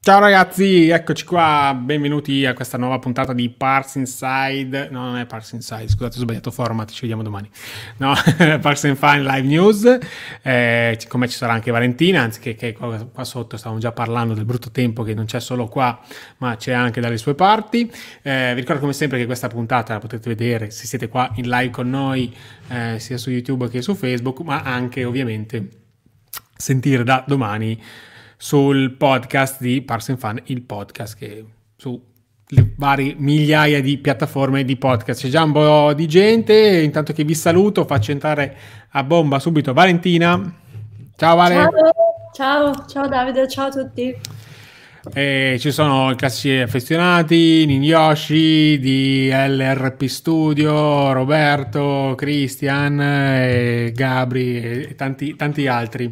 Ciao ragazzi, eccoci qua, benvenuti a questa nuova puntata di Parks Inside. No, non è Parks Inside, scusate, ho sbagliato format, ci vediamo domani. No, Parks and Fine Live News. Con me ci sarà anche Valentina, anziché che qua sotto stavamo già parlando del brutto tempo che non c'è solo qua, ma c'è anche dalle sue parti. Vi ricordo come sempre che questa puntata la potete vedere se siete qua in live con noi, sia su YouTube che su Facebook, ma anche ovviamente sentire da domani sul podcast di Parks and Fun, il podcast che su le varie migliaia di piattaforme di podcast. C'è già un po' di gente, intanto che vi saluto faccio entrare a bomba subito Valentina. Ciao Vale. Ciao Davide, ciao a tutti. Ci sono i classici affezionati, Ninyoshi di LRP Studio, Roberto, Christian, Gabri e tanti altri.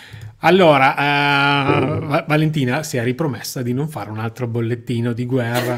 Allora, Valentina si è ripromessa di non fare un altro bollettino di guerra.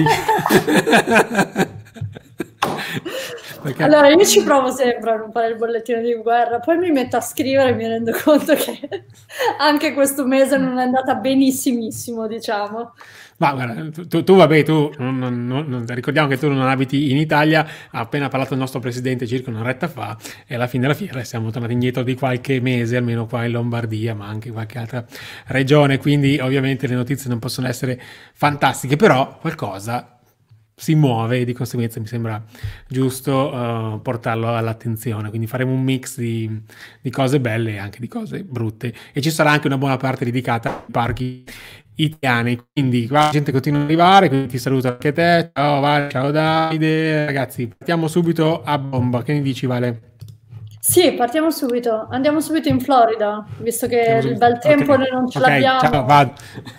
Perché... Allora, io ci provo sempre a non fare il bollettino di guerra, poi mi metto a scrivere e mi rendo conto che anche questo mese non è andata benissimissimo, diciamo. Ma guarda, tu ricordiamo che tu non abiti in Italia, ha appena parlato il nostro presidente circa un'oretta fa e alla fine della fiera siamo tornati indietro di qualche mese, almeno qua in Lombardia, ma anche in qualche altra regione, quindi ovviamente le notizie non possono essere fantastiche, però qualcosa si muove e di conseguenza mi sembra giusto portarlo all'attenzione, quindi faremo un mix di cose belle e anche di cose brutte e ci sarà anche una buona parte dedicata ai parchi italiani, quindi qua la gente continua ad arrivare, quindi ti saluto anche te, ciao Vale, ciao Davide, ragazzi partiamo subito a bomba, che ne dici Vale? Sì, partiamo subito, andiamo subito in Florida, visto che il bel tempo noi non ce l'abbiamo. Ciao, vado.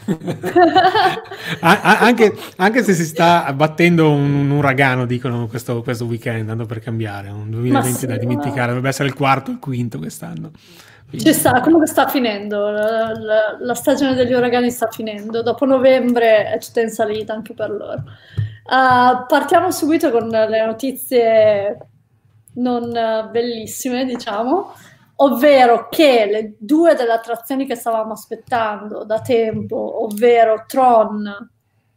anche se si sta abbattendo un uragano, dicono questo weekend, andando per cambiare, un 2020 sì, da dimenticare, dovrebbe essere il quarto, il quinto quest'anno. Ci sta, comunque sta finendo, la stagione degli uragani sta finendo, dopo novembre è tutta in salita anche per loro. Partiamo subito con le notizie non bellissime, diciamo, ovvero che le due delle attrazioni che stavamo aspettando da tempo, ovvero Tron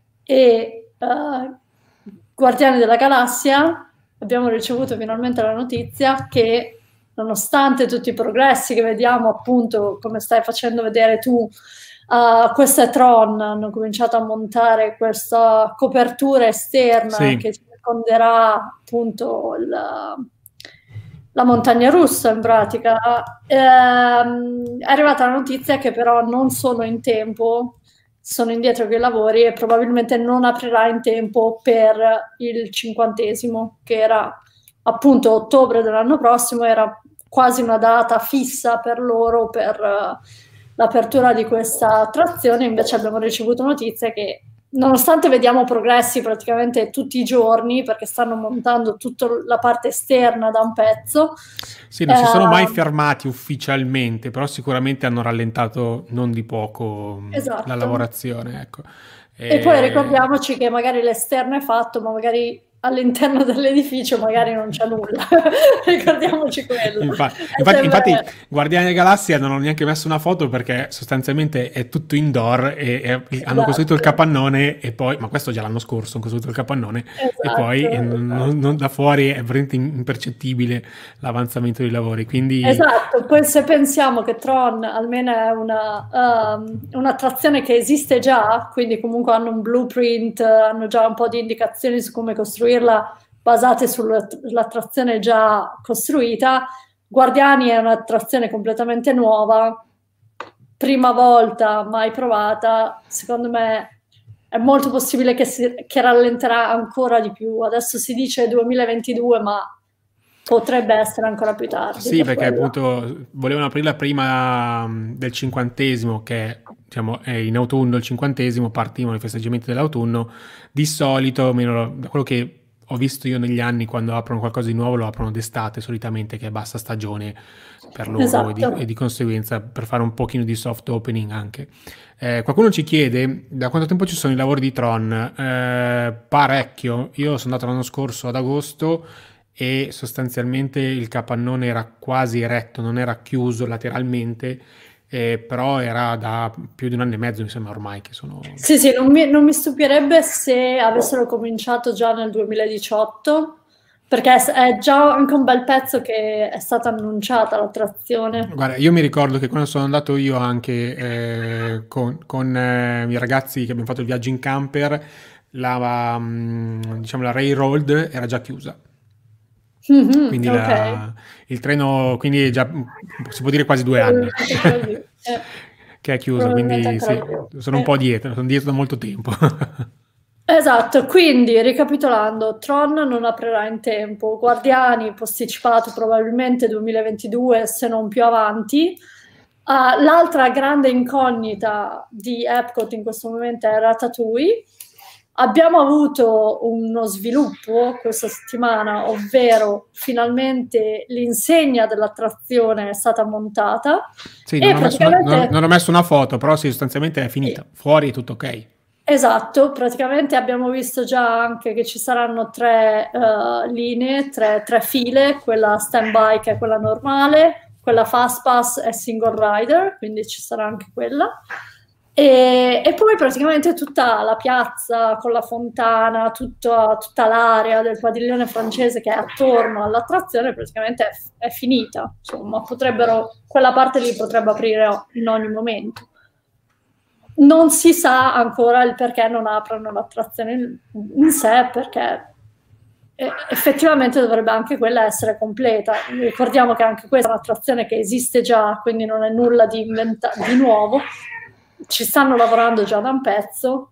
e Guardiani della Galassia, abbiamo ricevuto finalmente la notizia che nonostante tutti i progressi che vediamo, appunto, come stai facendo vedere tu, queste Tron hanno cominciato a montare questa copertura esterna sì, che circonderà appunto la montagna russa in pratica. È arrivata la notizia che però non sono in tempo, sono indietro con i lavori e probabilmente non aprirà in tempo per il 50°, che era appunto ottobre dell'anno prossimo, era quasi una data fissa per loro per l'apertura di questa attrazione. Invece abbiamo ricevuto notizie che nonostante vediamo progressi praticamente tutti i giorni, perché stanno montando tutta la parte esterna da un pezzo. Sì, non si sono mai fermati ufficialmente, però sicuramente hanno rallentato non di poco la lavorazione. Ecco. E poi ricordiamoci che magari l'esterno è fatto, ma magari all'interno dell'edificio magari non c'è nulla. Ricordiamoci quello. Infatti Guardiani della Galassia non hanno neanche messo una foto perché sostanzialmente è tutto indoor e hanno costruito il capannone e poi, ma questo già l'anno scorso hanno costruito il capannone e poi non da fuori è veramente impercettibile l'avanzamento dei lavori, quindi... Esatto, poi se pensiamo che Tron almeno è un'attrazione che esiste già, quindi comunque hanno un blueprint, hanno già un po' di indicazioni su come costruirla basate sull'attrazione già costruita. Guardiani è un'attrazione completamente nuova, prima volta mai provata, secondo me è molto possibile che rallenterà ancora di più. Adesso si dice 2022, ma potrebbe essere ancora più tardi. Sì, perché appunto volevano aprirla prima del 50°, che diciamo è in autunno il 50°, partivano i festeggiamenti dell'autunno. Di solito, almeno da quello che ho visto io negli anni, quando aprono qualcosa di nuovo lo aprono d'estate solitamente, che è bassa stagione per loro. Esatto. e di conseguenza per fare un pochino di soft opening anche. Qualcuno ci chiede da quanto tempo ci sono i lavori di Tron. Parecchio. Io sono andato l'anno scorso ad agosto e sostanzialmente il capannone era quasi eretto, non era chiuso lateralmente però era da più di un anno e mezzo, mi sembra ormai che sono... Sì, sì, non mi stupirebbe se avessero cominciato già nel 2018, perché è già anche un bel pezzo che è stata annunciata l'attrazione. Guarda, io mi ricordo che quando sono andato io anche con i ragazzi che abbiamo fatto il viaggio in camper, diciamo la Railroad era già chiusa. Mhm, Quindi ok. il treno, quindi è già, si può dire quasi 2 anni Probabilmente ancora di più. che è chiuso, Probabilmente quindi ancora sì, di più. sono un po' dietro, sono dietro da molto tempo. Esatto, quindi ricapitolando, Tron non aprirà in tempo, Guardiani posticipato probabilmente 2022 se non più avanti. L'altra grande incognita di Epcot in questo momento è Ratatouille. Abbiamo avuto uno sviluppo questa settimana, ovvero finalmente l'insegna dell'attrazione è stata montata Sì, e non praticamente ho messo una foto, però sì, sostanzialmente è finita. Fuori è tutto ok. esatto, praticamente abbiamo visto già anche che ci saranno tre linee, tre file, quella standby che è quella normale, quella fast pass è single rider, quindi ci sarà anche quella. E poi praticamente tutta la piazza con la fontana, tutta l'area del padiglione francese che è attorno all'attrazione praticamente è finita. Insomma, quella parte lì potrebbe aprire in ogni momento. Non si sa ancora il perché non aprano l'attrazione in sé, perché effettivamente dovrebbe anche quella essere completa. Ricordiamo che anche questa è un'attrazione che esiste già, quindi non è nulla di nuovo. Ci stanno lavorando già da un pezzo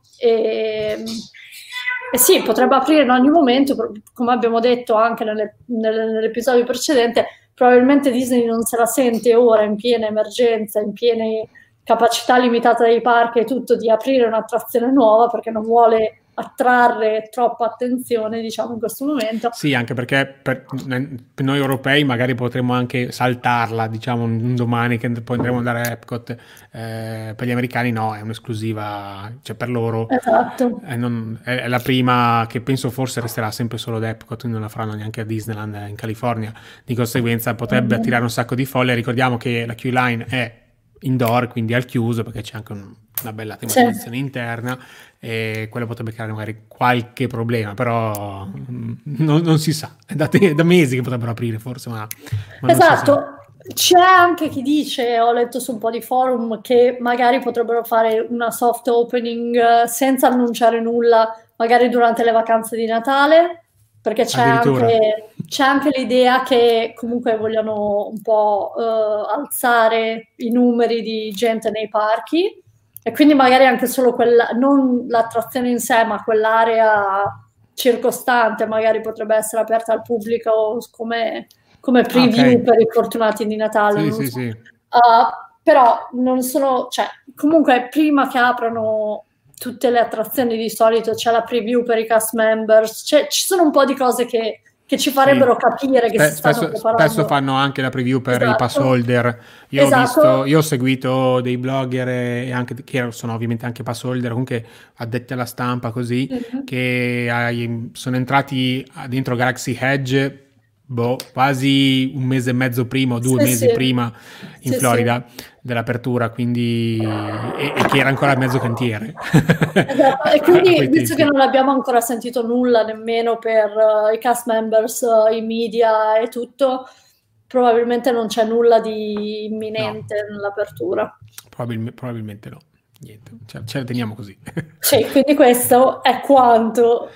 e sì, potrebbe aprire in ogni momento, come abbiamo detto anche nell'episodio precedente, probabilmente Disney non se la sente ora in piena emergenza, in piena capacità limitata dei parchi e tutto di aprire un'attrazione nuova perché non vuole attrarre troppa attenzione, diciamo, in questo momento. Sì, anche perché per noi europei magari potremmo anche saltarla, diciamo, un domani che poi andremo ad andare a Epcot. Per gli americani no, è un'esclusiva, cioè per loro Esatto. è la prima che penso forse resterà sempre solo ad Epcot, quindi non la faranno neanche a Disneyland in California. Di conseguenza potrebbe attirare un sacco di folle. Ricordiamo che la Q-Line è indoor, quindi al chiuso, perché c'è anche una bella tematizzazione interna e quello potrebbe creare magari qualche problema, però non si sa, è da mesi che potrebbero aprire forse, ma non si sa. C'è anche chi dice, ho letto su un po' di forum, che magari potrebbero fare una soft opening senza annunciare nulla, magari durante le vacanze di Natale, perché c'è anche l'idea che comunque vogliono un po' alzare i numeri di gente nei parchi e quindi magari anche solo non l'attrazione in sé, ma quell'area circostante magari potrebbe essere aperta al pubblico come preview per i fortunati di Natale. Sì, non sì, so. sì. Però non sono, cioè, comunque prima che aprano tutte le attrazioni di solito c'è la preview per i cast members, ci sono un po' di cose che ci farebbero capire che si stanno preparando. Spesso fanno anche la preview per i pass holder. Io ho seguito dei blogger e anche che sono ovviamente anche pass holder, comunque addetti alla stampa così, che sono entrati dentro Galaxy Edge quasi un mese e mezzo prima o 2 mesi prima in Florida dell'apertura, quindi e che era ancora mezzo cantiere. Esatto, e quindi visto che non abbiamo ancora sentito nulla nemmeno per i cast members, i media e tutto, probabilmente non c'è nulla di imminente nell'apertura. Probabilmente no. Niente, ce la teniamo così. Sì, quindi questo è quanto.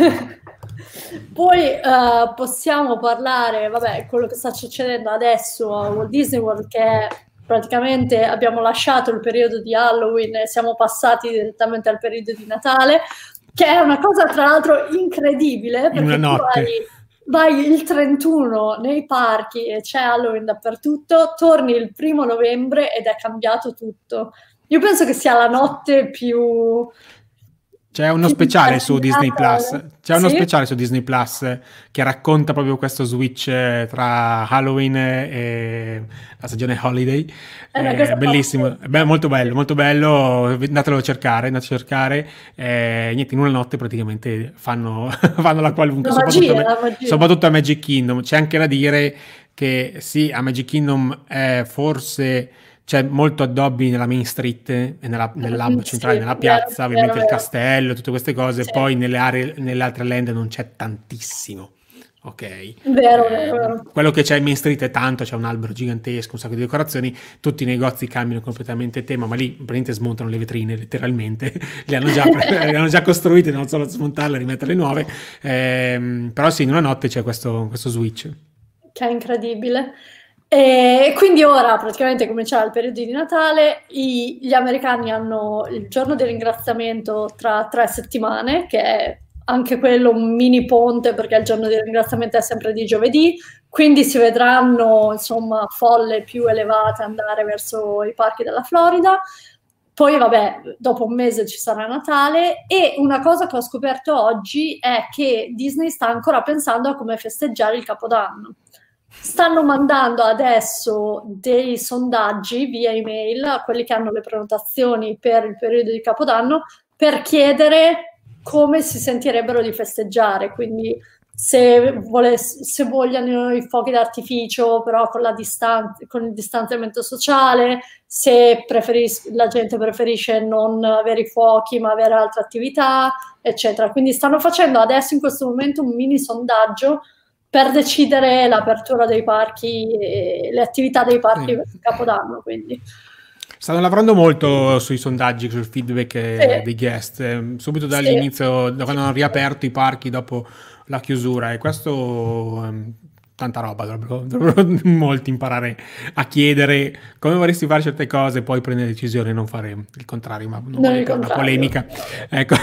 Poi possiamo parlare, vabbè, quello che sta succedendo adesso a Walt Disney World, che è praticamente abbiamo lasciato il periodo di Halloween e siamo passati direttamente al periodo di Natale, che è una cosa tra l'altro incredibile, perché tu vai il 31 nei parchi e c'è Halloween dappertutto, torni il 1° novembre ed è cambiato tutto. Io penso che sia la notte più... C'è uno speciale su Disney Plus. C'è uno speciale su Disney Plus che racconta proprio questo switch tra Halloween e la stagione Holiday. È bellissimo, molto bello, molto bello. Andatelo a cercare, niente, in una notte praticamente fanno la qualunque, soprattutto a Magic Kingdom. C'è anche da dire che sì, a Magic Kingdom è forse c'è molto addobbi nella Main Street e nell'hub centrale, Sì, nella vero, piazza, vero, ovviamente il vero. castello, tutte queste cose, Sì, poi nelle altre land non c'è tantissimo. Ok, vero, vero, vero. quello che c'è in Main Street è tanto, c'è un albero gigantesco, un sacco di decorazioni, tutti i negozi cambiano completamente tema, ma lì praticamente smontano le vetrine letteralmente, le hanno già costruite, non solo smontarle e rimetterle nuove, però sì, in una notte c'è questo switch. Che è incredibile. E quindi ora praticamente cominciava il periodo di Natale, gli americani hanno il giorno di ringraziamento tra 3 settimane, che è anche quello un mini ponte perché il giorno di ringraziamento è sempre di giovedì, quindi si vedranno insomma folle più elevate andare verso i parchi della Florida. Poi vabbè, dopo un mese ci sarà Natale e una cosa che ho scoperto oggi è che Disney sta ancora pensando a come festeggiare il Capodanno. Stanno mandando adesso dei sondaggi via email a quelli che hanno le prenotazioni per il periodo di Capodanno per chiedere come si sentirebbero di festeggiare, quindi se vogliono i fuochi d'artificio però con il distanziamento sociale, se la gente preferisce non avere i fuochi ma avere altre attività, eccetera. Quindi stanno facendo adesso in questo momento un mini sondaggio per decidere l'apertura dei parchi e le attività dei parchi per Capodanno, quindi. Stanno lavorando molto sui sondaggi, sul feedback dei guest, subito dall'inizio, da quando hanno riaperto i parchi dopo la chiusura, e questo tanta roba, dovrebbero molti imparare a chiedere come vorresti fare certe cose, poi prendere decisioni e non fare il contrario, ma non voglio una polemica. Ecco.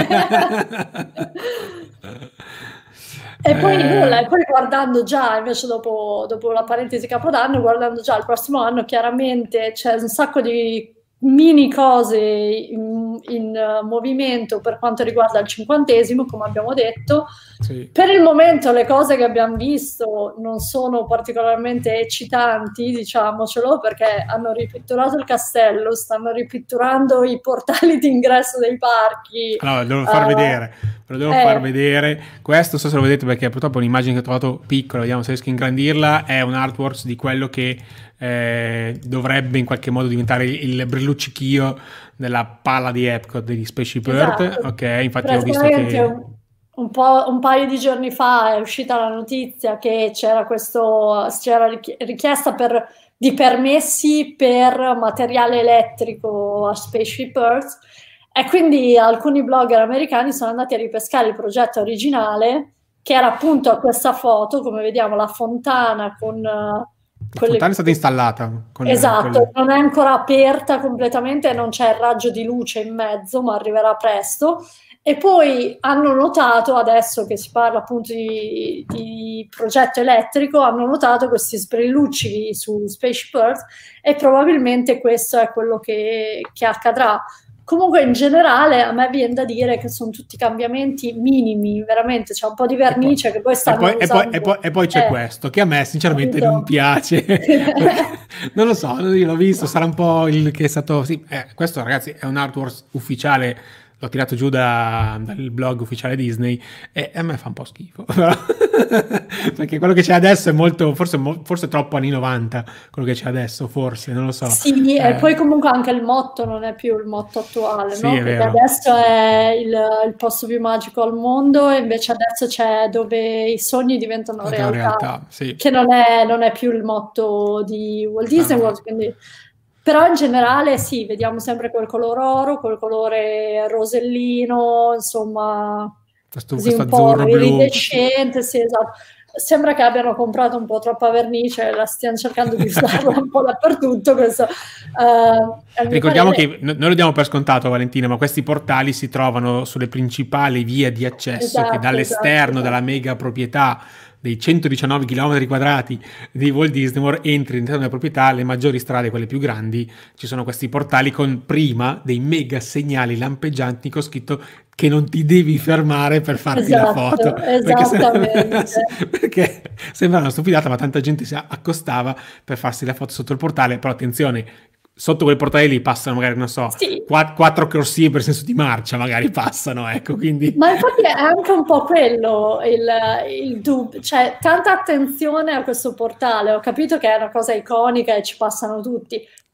E poi guardando già, invece dopo la parentesi Capodanno, guardando già il prossimo anno, chiaramente c'è un sacco di mini cose in movimento per quanto riguarda il 50°, come abbiamo detto. Sì. Per il momento le cose che abbiamo visto non sono particolarmente eccitanti, diciamocelo, perché hanno ripitturato il castello, stanno ripitturando i portali d'ingresso dei parchi. Allora, devo far vedere, ve lo devo far vedere. Questo, non so se lo vedete perché purtroppo è un'immagine che ho trovato piccola, vediamo se riesco a ingrandirla, è un artwork di quello che dovrebbe in qualche modo diventare il brilluccichio della palla di Epcot degli Spaceship Earth. Esatto. Ok, infatti ho visto che un paio di giorni fa è uscita la notizia che c'era richiesta di permessi per materiale elettrico a Spaceship Earth, e quindi alcuni blogger americani sono andati a ripescare il progetto originale, che era appunto questa foto, come vediamo la fontana con la fontana è stata installata. Esatto, non è ancora aperta completamente, non c'è il raggio di luce in mezzo, ma arriverà presto. E poi hanno notato, adesso che si parla appunto di progetto elettrico, hanno notato questi sbrillucci su Spaceship Earth, e probabilmente questo è quello che accadrà. Comunque in generale a me viene da dire che sono tutti cambiamenti minimi, veramente c'è un po' di vernice che poi stanno usando. E poi c'è questo che a me sinceramente non piace. Non lo so, io l'ho visto, sarà un po' il che è stato... Sì, questo ragazzi è un artwork ufficiale, l'ho tirato giù dal blog ufficiale Disney e a me fa un po' schifo. Perché quello che c'è adesso è molto, forse troppo anni 90, quello che c'è adesso, forse, non lo so. Sì, e poi comunque anche il motto non è più il motto attuale, sì, no? È Perché vero. adesso è il posto più magico al mondo, e invece adesso c'è dove i sogni diventano realtà, sì. che non è più il motto di Walt Disney World, quindi... Però in generale sì, vediamo sempre quel colore oro, quel colore rosellino, insomma, questo un po' azzurro blu. iridescente, sì, esatto. Sembra che abbiano comprato un po' troppa vernice, la stiano cercando di usarla un po' dappertutto. Ricordiamo che noi lo diamo per scontato, Valentina, ma questi portali si trovano sulle principali vie di accesso che dall'esterno della mega proprietà dei 119 km quadrati di Walt Disney World entri all'interno della proprietà, le maggiori strade, quelle più grandi, ci sono questi portali con prima dei mega segnali lampeggianti con scritto che non ti devi fermare per farti la foto. Esattamente. Perché sembra una stupidata, ma tanta gente si accostava per farsi la foto sotto il portale, però attenzione, sotto quel portale lì passano magari, non so, sì, 4 corsie per senso di marcia, magari passano, ecco, quindi... Ma infatti è anche un po' quello il dubbio, cioè tanta attenzione a questo portale, ho capito che è una cosa iconica e ci passano tutti,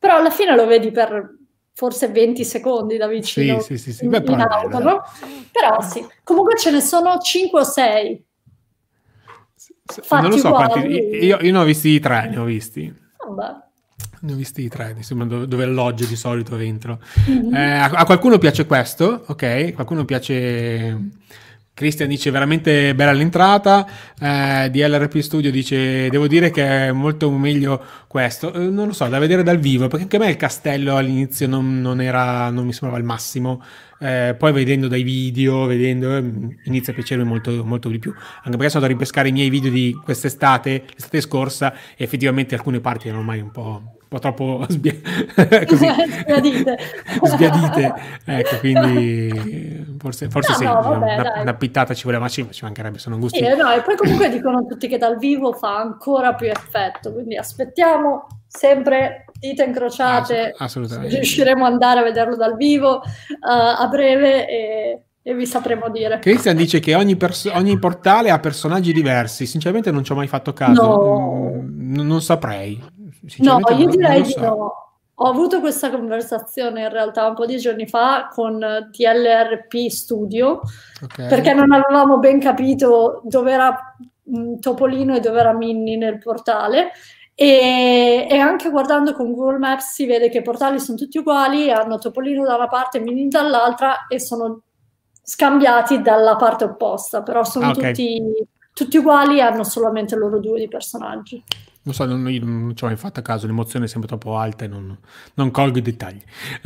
però alla fine lo vedi per forse 20 secondi da vicino Sì. in auto, no? Però sì, comunque ce ne sono 5 o 6 fatti non lo so uguali. io ne ho visti 3, ne ho visti. Vabbè. Ne ho visti 3, mi sembra dove alloggio di solito entro. Mhm. A qualcuno piace questo, ok? Qualcuno piace... Christian dice veramente bella l'entrata, DLRP Studio dice devo dire che è molto meglio questo. Non lo so, da vedere dal vivo, perché anche a me il castello all'inizio non mi sembrava il massimo. Poi vedendo dai video, inizia a piacermi molto, molto di più, anche perché sono andato a ripescare i miei video di quest'estate, l'estate scorsa, e effettivamente alcune parti erano ormai un po' troppo così sbiadite, ecco, quindi forse sì, vabbè, una pittata ci voleva, ma ci mancherebbe, sono gusti. Sì, no, e poi comunque dicono tutti che dal vivo fa ancora più effetto, quindi aspettiamo sempre, dita incrociate, assolutamente. riusciremo ad andare a vederlo dal vivo a breve e vi sapremo dire. Christian dice che ogni portale ha personaggi diversi, sinceramente non ci ho mai fatto caso. No. Non saprei. No, io direi di no. Ho avuto questa conversazione in realtà un po' di giorni fa con DLRP Studio, perché non avevamo ben capito dove era Topolino e dove era Minnie nel portale, e anche guardando con Google Maps si vede che i portali sono tutti uguali, hanno Topolino da una parte e Minnie dall'altra e sono scambiati dalla parte opposta, però sono tutti uguali e hanno solamente loro due di personaggi. Non so, io non ci ho mai fatto caso, l'emozione è sempre troppo alta e non colgo i dettagli.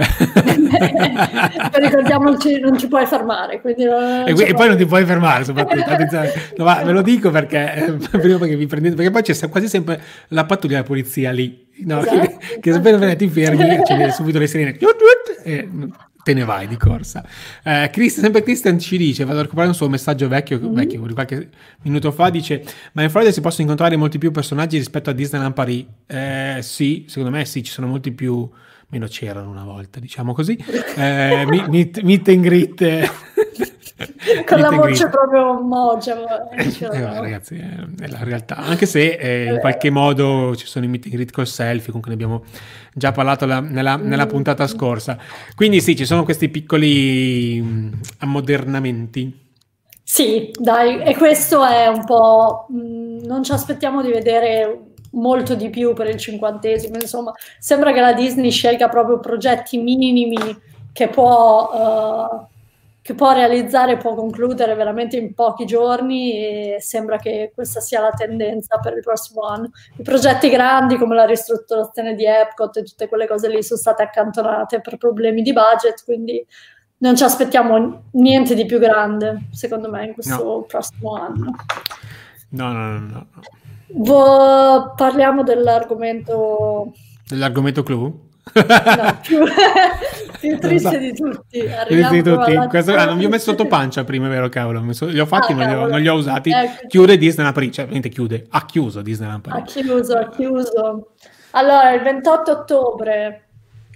Ricordiamoci, non ci puoi fermare. Quindi e poi non ti puoi fermare, soprattutto. No, ma ve lo dico perché prima che vi prendete, perché poi c'è quasi sempre la pattuglia della polizia lì, no? Esatto. Che appena ti fermi, c'è subito le sirene. E te ne vai di corsa. Sempre Christian ci dice, vado a recuperare un suo messaggio vecchio di qualche minuto fa, dice: ma in Florida si possono incontrare molti più personaggi rispetto a Disneyland Paris? Sì, secondo me sì, ci sono molti più, meno c'erano una volta, diciamo così. Meet and greet. Con la voce proprio mogia. Ragazzi, è la realtà, anche se in qualche modo ci sono i meet and greet col selfie, comunque ne abbiamo già parlato nella puntata scorsa, quindi sì, ci sono questi piccoli ammodernamenti. Sì, dai, e questo è un po', non ci aspettiamo di vedere molto di più per il 50°, insomma, sembra che la Disney scelga proprio progetti minimi che può realizzare, può concludere veramente in pochi giorni, e sembra che questa sia la tendenza per il prossimo anno. I progetti grandi come la ristrutturazione di Epcot e tutte quelle cose lì sono state accantonate per problemi di budget, quindi non ci aspettiamo niente di più grande, secondo me, in questo prossimo anno. No. Parliamo dell'argomento clou? No, più triste di tutti. Non vi ho messo sotto pancia prima, vero cavolo? Li ho fatti, ma non li ho usati. Chiude Disneyland Paris, cioè ha chiuso Disneyland Paris. Ha chiuso. Allora, il 28 ottobre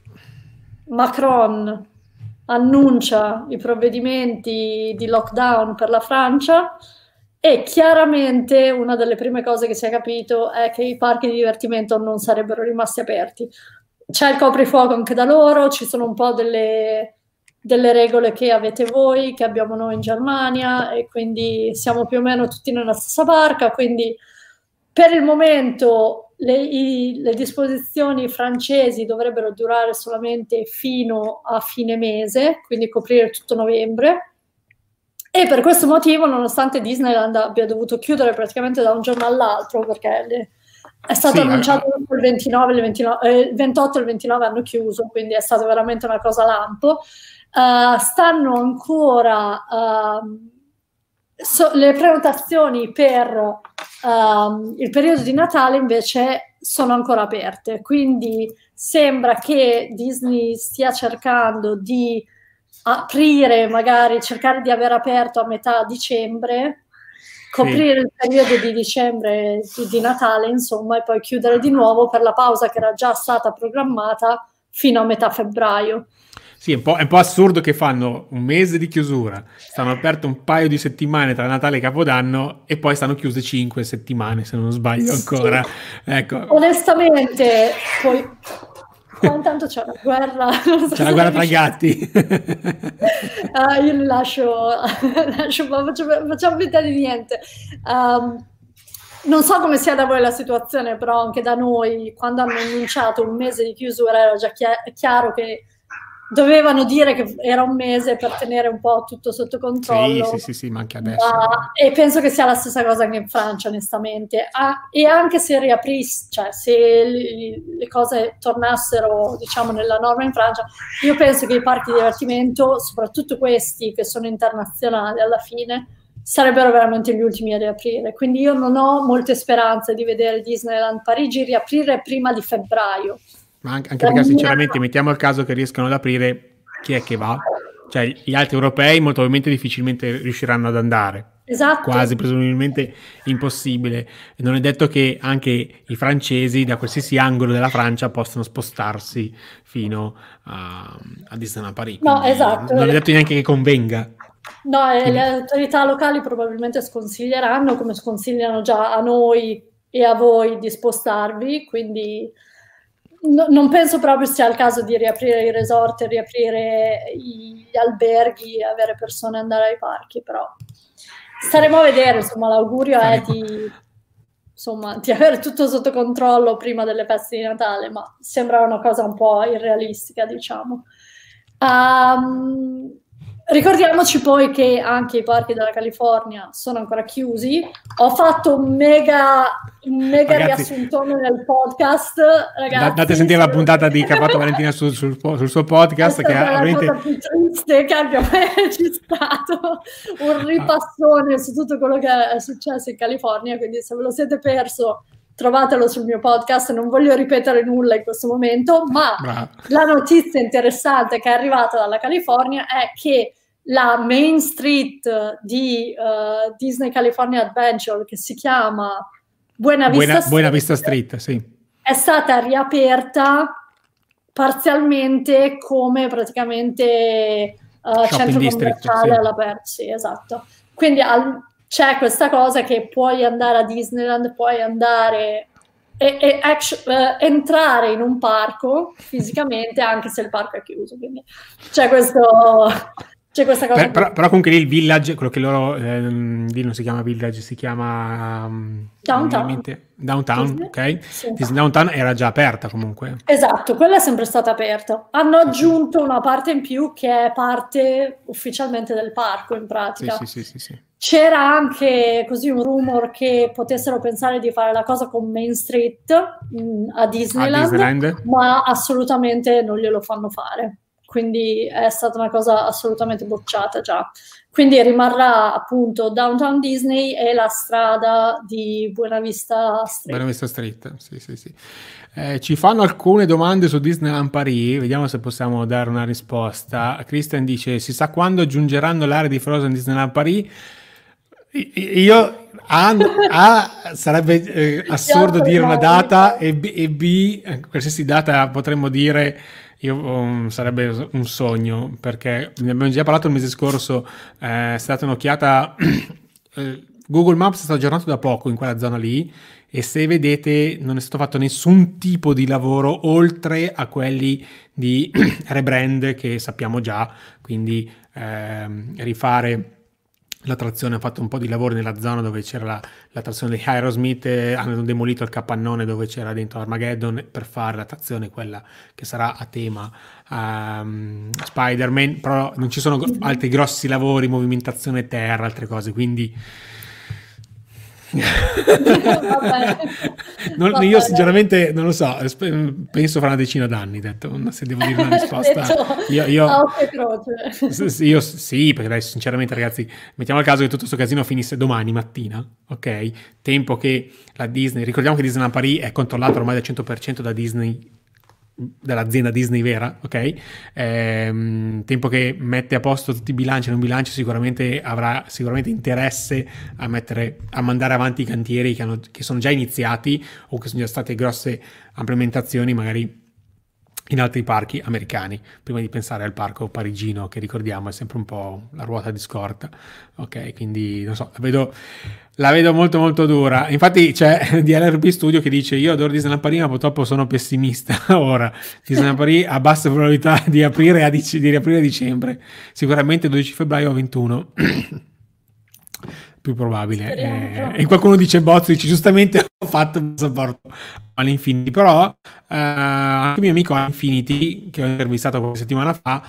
Macron annuncia i provvedimenti di lockdown per la Francia, e chiaramente una delle prime cose che si è capito è che i parchi di divertimento non sarebbero rimasti aperti. C'è il coprifuoco anche da loro, ci sono un po' delle regole che avete voi, che abbiamo noi in Germania, e quindi siamo più o meno tutti nella stessa barca, quindi per il momento le disposizioni francesi dovrebbero durare solamente fino a fine mese, quindi coprire tutto novembre, e per questo motivo, nonostante Disneyland abbia dovuto chiudere praticamente da un giorno all'altro, perché è stato annunciato il 29, il 28 e il 29 hanno chiuso, quindi è stata veramente una cosa lampo. Stanno ancora le prenotazioni per il periodo di Natale invece sono ancora aperte, quindi sembra che Disney stia cercando di aprire, magari cercare di aver aperto a metà dicembre, coprire il periodo di dicembre di Natale, insomma, e poi chiudere di nuovo per la pausa che era già stata programmata fino a metà febbraio. Sì, è un po' assurdo che fanno un mese di chiusura, stanno aperte un paio di settimane tra Natale e Capodanno, e poi stanno chiuse 5 settimane, se non sbaglio ancora. Ecco. Onestamente, poi qua intanto c'è una guerra, non so C'è la se guerra la tra i gatti. io li lascio, facciamo finta di niente. Non so come sia da voi la situazione, però anche da noi, quando hanno annunciato un mese di chiusura, era già chiaro che dovevano dire che era un mese per tenere un po' tutto sotto controllo. Sì, ma anche adesso. E penso che sia la stessa cosa anche in Francia, onestamente. E anche se riaprisse, cioè se le cose tornassero, diciamo, nella norma in Francia, io penso che i parchi di divertimento, soprattutto questi che sono internazionali alla fine, sarebbero veramente gli ultimi a riaprire. Quindi io non ho molte speranze di vedere Disneyland Parigi riaprire prima di febbraio. Ma anche perché sinceramente mettiamo il caso che riescano ad aprire, chi è che va? Cioè gli altri europei molto probabilmente difficilmente riusciranno ad andare. Esatto. Quasi presumibilmente impossibile. E non è detto che anche i francesi da qualsiasi angolo della Francia possano spostarsi fino a Disneyland Paris. No, esatto. Non è detto neanche che convenga. No, le autorità locali probabilmente sconsiglieranno, come sconsigliano già a noi e a voi, di spostarvi, quindi non penso proprio sia il caso di riaprire i resort, riaprire gli alberghi, avere persone andare ai parchi, però staremo a vedere, insomma, l'augurio è di avere tutto sotto controllo prima delle feste di Natale, ma sembra una cosa un po' irrealistica, diciamo. Ricordiamoci poi che anche i parchi della California sono ancora chiusi. Ho fatto un mega riassuntone nel podcast, ragazzi. Andate a sentire la puntata di che ha fatto Valentina sul suo podcast, che è la cosa più triste che abbia mai registrato, un ripassone su tutto quello che è successo in California, quindi se ve lo siete perso trovatelo sul mio podcast, non voglio ripetere nulla in questo momento, ma la notizia interessante che è arrivata dalla California è che la Main Street di Disney California Adventure, che si chiama Buena Vista Street, sì, è stata riaperta parzialmente come praticamente centro commerciale all'aperto, sì, esatto. Quindi c'è questa cosa che puoi andare a Disneyland, puoi andare entrare in un parco fisicamente anche se il parco è chiuso, quindi c'è questa cosa. Però comunque lì il Village, quello che loro lì non si chiama Village, si chiama Downtown, Disney, ok? Sì. Disney Downtown era già aperta comunque. Esatto, quella è sempre stata aperta. Hanno aggiunto una parte in più che è parte ufficialmente del parco, in pratica. Sì. C'era anche così un rumor che potessero pensare di fare la cosa con Main Street a Disneyland, ma assolutamente non glielo fanno fare. Quindi è stata una cosa assolutamente bocciata già. Quindi rimarrà appunto Downtown Disney e la strada di Buena Vista Street. Buena Vista Street, sì. Ci fanno alcune domande su Disneyland Paris, vediamo se possiamo dare una risposta. Christian dice: si sa quando aggiungeranno l'area di Frozen Disneyland Paris? Sarebbe assurdo dire una data e B, qualsiasi data potremmo dire sarebbe un sogno, perché ne abbiamo già parlato il mese scorso, è stata un'occhiata, Google Maps è stato aggiornato da poco in quella zona lì e se vedete non è stato fatto nessun tipo di lavoro oltre a quelli di rebrand che sappiamo già, quindi rifare l'attrazione. Ha fatto un po' di lavori nella zona dove c'era l'attrazione di Aerosmith, hanno demolito il capannone dove c'era dentro Armageddon per fare l'attrazione quella che sarà a tema Spider-Man, però non ci sono altri grossi lavori, movimentazione terra, altre cose, quindi io sinceramente non lo so, penso fra una decina d'anni, se devo dire una risposta io sì, perché dai, sinceramente ragazzi, mettiamo il caso che tutto questo casino finisse domani mattina, ok? Tempo che la Disney, ricordiamo che Disneyland Paris è controllato ormai del 100% da Disney, dall'azienda Disney vera, ok? Tempo che mette a posto tutti i bilanci e non bilanci, sicuramente avrà interesse a mandare avanti i cantieri che sono già iniziati o che sono già state grosse implementazioni, magari in altri parchi americani, prima di pensare al parco parigino, che ricordiamo è sempre un po' la ruota di scorta. Ok, quindi non so, la vedo molto molto dura. Infatti c'è DLRP Studio che dice: io adoro Disneyland Paris, ma purtroppo sono pessimista. Ora Disneyland Paris ha basse probabilità di riaprire a dicembre, sicuramente 12 febbraio o 21. Più probabile. E qualcuno dice Bozzi, dice giustamente ho fatto il passaporto all'Infinity, però anche il mio amico all'Infinity, che ho intervistato qualche settimana fa,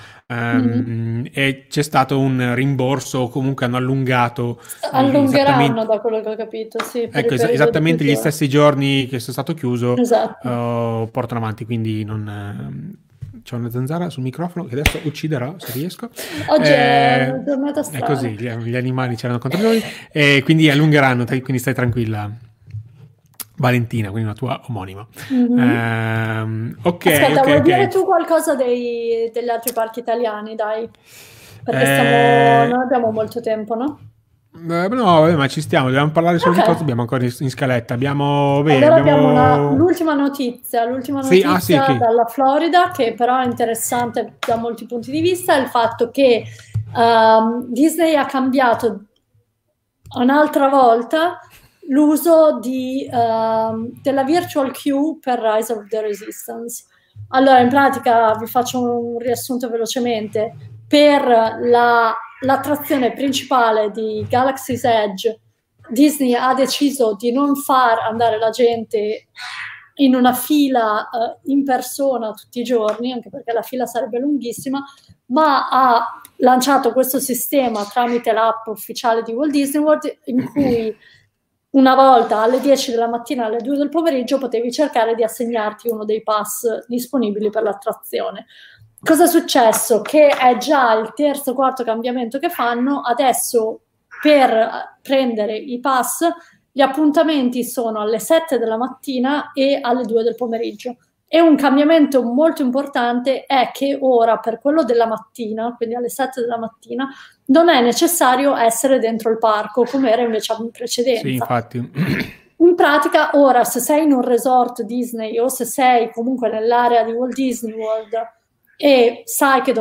e c'è stato un rimborso, o comunque hanno allungato. Allungheranno, da quello che ho capito, sì. Ecco, esattamente gli stessi giorni che sono stato chiuso, esatto. Portano avanti, quindi non... C'è una zanzara sul microfono che adesso ucciderò se riesco. Oggi è una giornata strana. È così, gli animali c'erano contro noi, e quindi allungheranno, quindi stai tranquilla. Valentina, quindi una tua omonima. Ok. Aspetta, vuoi dire tu qualcosa degli altri parchi italiani, dai? Perché non abbiamo molto tempo, no? No, ma ci stiamo, dobbiamo parlare solo di cosa abbiamo ancora in scaletta. Abbiamo l'ultima notizia sì, dalla Florida, che però è interessante da molti punti di vista, è il fatto che Disney ha cambiato un'altra volta l'uso della virtual queue per Rise of the Resistance. Allora, in pratica vi faccio un riassunto velocemente. Per l'attrazione principale di Galaxy's Edge, Disney ha deciso di non far andare la gente in una fila in persona tutti i giorni, anche perché la fila sarebbe lunghissima, ma ha lanciato questo sistema tramite l'app ufficiale di Walt Disney World, in cui una volta alle 10 della mattina, alle 2 del pomeriggio, potevi cercare di assegnarti uno dei pass disponibili per l'attrazione. Cosa è successo? Che è già il terzo o quarto cambiamento che fanno. Adesso per prendere i pass gli appuntamenti sono alle 7 della mattina e alle 2 del pomeriggio. E un cambiamento molto importante è che ora per quello della mattina, quindi alle 7 della mattina, non è necessario essere dentro il parco come era invece in precedenza. Sì, infatti. In pratica ora, se sei in un resort Disney o se sei comunque nell'area di Walt Disney World e sai che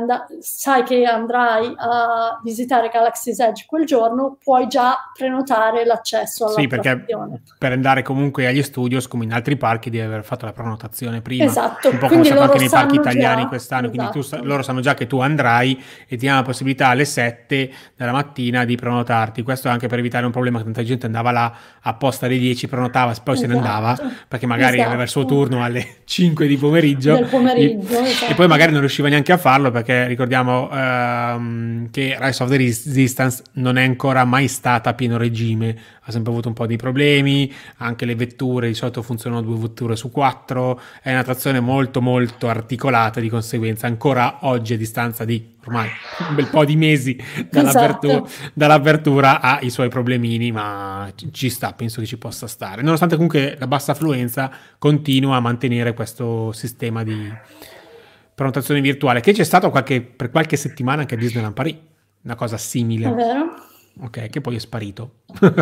andrai a visitare Galaxy's Edge quel giorno, puoi già prenotare l'accesso all'attrazione. Sì, perché per andare comunque agli studios, come in altri parchi, devi aver fatto la prenotazione prima. Esatto. Un po' come è stato anche nei parchi italiani quest'anno, quindi loro sanno già che tu andrai e ti danno la possibilità alle 7 della mattina di prenotarti. Questo anche per evitare un problema, che tanta gente andava là apposta alle 10, prenotava, poi se ne andava, perché magari aveva il suo turno alle 5 di pomeriggio. Del pomeriggio, e poi magari non riusciva neanche a farlo, perché ricordiamo che Rise of the Resistance non è ancora mai stata a pieno regime, ha sempre avuto un po' di problemi, anche le vetture di solito funzionano 2 vetture su 4, è un'attrazione molto molto articolata, di conseguenza ancora oggi, a distanza di ormai un bel po' di mesi dall'apertura, ha i suoi problemini, ma ci sta, penso che ci possa stare, nonostante comunque la bassa affluenza continua a mantenere questo sistema di prenotazione virtuale, che c'è stato per qualche settimana anche a Disneyland Paris, una cosa simile. È vero? Ok, che poi è sparito.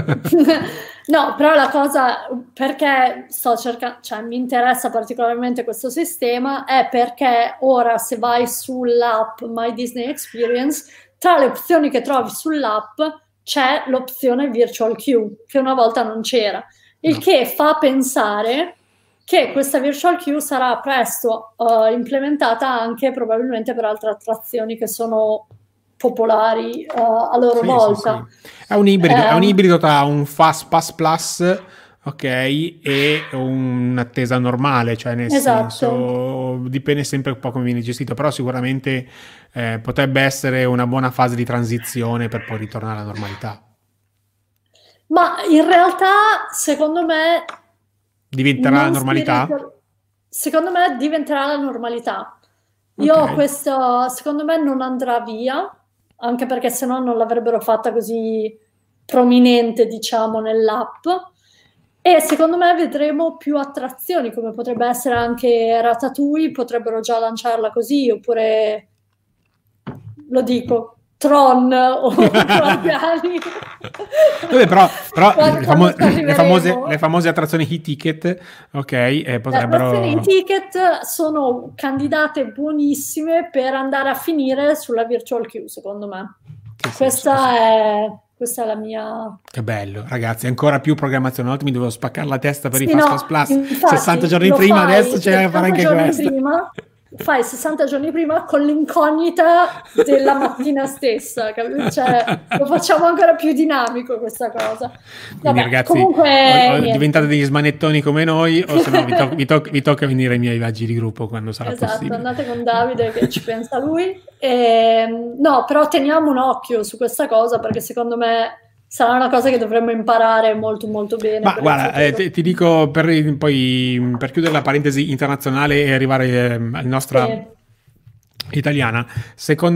No, però la cosa, perché sto cercando, cioè mi interessa particolarmente questo sistema, è perché ora se vai sull'app My Disney Experience, tra le opzioni che trovi sull'app c'è l'opzione Virtual Queue, che una volta non c'era, il che fa pensare che questa virtual queue sarà presto implementata anche probabilmente per altre attrazioni che sono popolari a loro volta. Sì. È un ibrido tra un Fast Pass Plus, ok, e un'attesa normale, cioè nel senso dipende sempre un po' come viene gestito, però sicuramente potrebbe essere una buona fase di transizione per poi ritornare alla normalità. Ma in realtà secondo me diventerà la normalità? Secondo me diventerà la normalità. Io questo, secondo me non andrà via, anche perché sennò non l'avrebbero fatta così prominente, diciamo, nell'app. E secondo me vedremo più attrazioni, come potrebbe essere anche Ratatouille, potrebbero già lanciarla così, oppure, lo dico, Tron o Guardiani. Vabbè, però Quando le famose attrazioni e-ticket, ok, le attrazioni e-ticket sono candidate buonissime per andare a finire sulla virtual queue, secondo me. Questa è la mia... Che bello, ragazzi, ancora più programmazione. Una volta mi dovevo spaccare la testa per i Fast Plus, infatti, 60 giorni prima, adesso c'è da fare anche questo. Fai 60 giorni prima con l'incognita della mattina stessa, cioè, lo facciamo ancora più dinamico questa cosa. Quindi ragazzi, comunque, diventate degli smanettoni come noi, o se no vi tocca venire ai miei viaggi di gruppo quando sarà possibile. Andate con Davide che ci pensa lui. No, però teniamo un occhio su questa cosa, perché secondo me sarà una cosa che dovremmo imparare molto molto bene. Ma guarda, ti dico poi per chiudere la parentesi internazionale e arrivare alla nostra italiana, secondo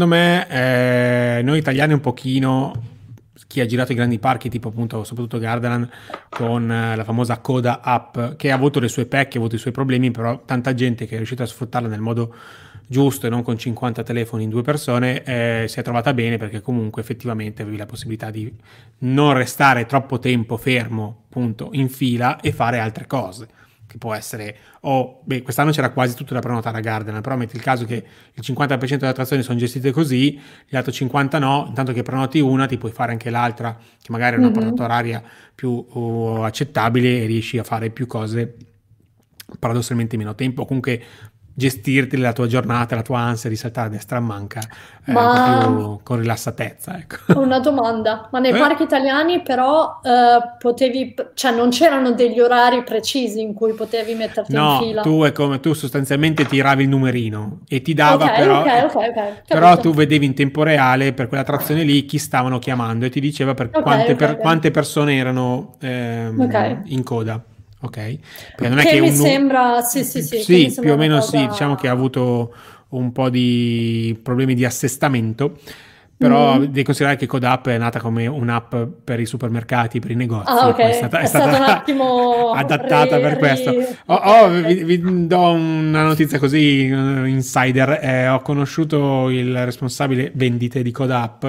me noi italiani un pochino, chi ha girato i grandi parchi tipo appunto soprattutto Gardaland con la famosa Coda app, che ha avuto le sue pecche, ha avuto i suoi problemi, però tanta gente che è riuscita a sfruttarla nel modo giusto e non con 50 telefoni in 2 persone si è trovata bene, perché comunque effettivamente avevi la possibilità di non restare troppo tempo fermo appunto in fila e fare altre cose, che può essere quest'anno c'era quasi tutto da prenotare a Gardaland, però metti il caso che il 50% delle attrazioni sono gestite così, gli altri 50 no, intanto che prenoti una ti puoi fare anche l'altra, che magari è una portata oraria più accettabile e riesci a fare più cose paradossalmente meno tempo, o comunque gestirti la tua giornata, la tua ansia di saltare a destra a manca un po' più con rilassatezza, ecco. Una domanda, ma nei parchi italiani però cioè non c'erano degli orari precisi in cui potevi metterti in fila? No, tu sostanzialmente tiravi il numerino e ti dava okay, però tu vedevi in tempo reale per quell'attrazione lì chi stavano chiamando e ti diceva quante persone erano in coda. Ok, perché non è che mi sembra sì, più o meno sì, diciamo che ha avuto un po' di problemi di assestamento, però devi considerare che CodeApp è nata come un'app per i supermercati, per i negozi, è stata un attimo adattata per questo. Vi do una notizia così insider, ho conosciuto il responsabile vendite di CodeApp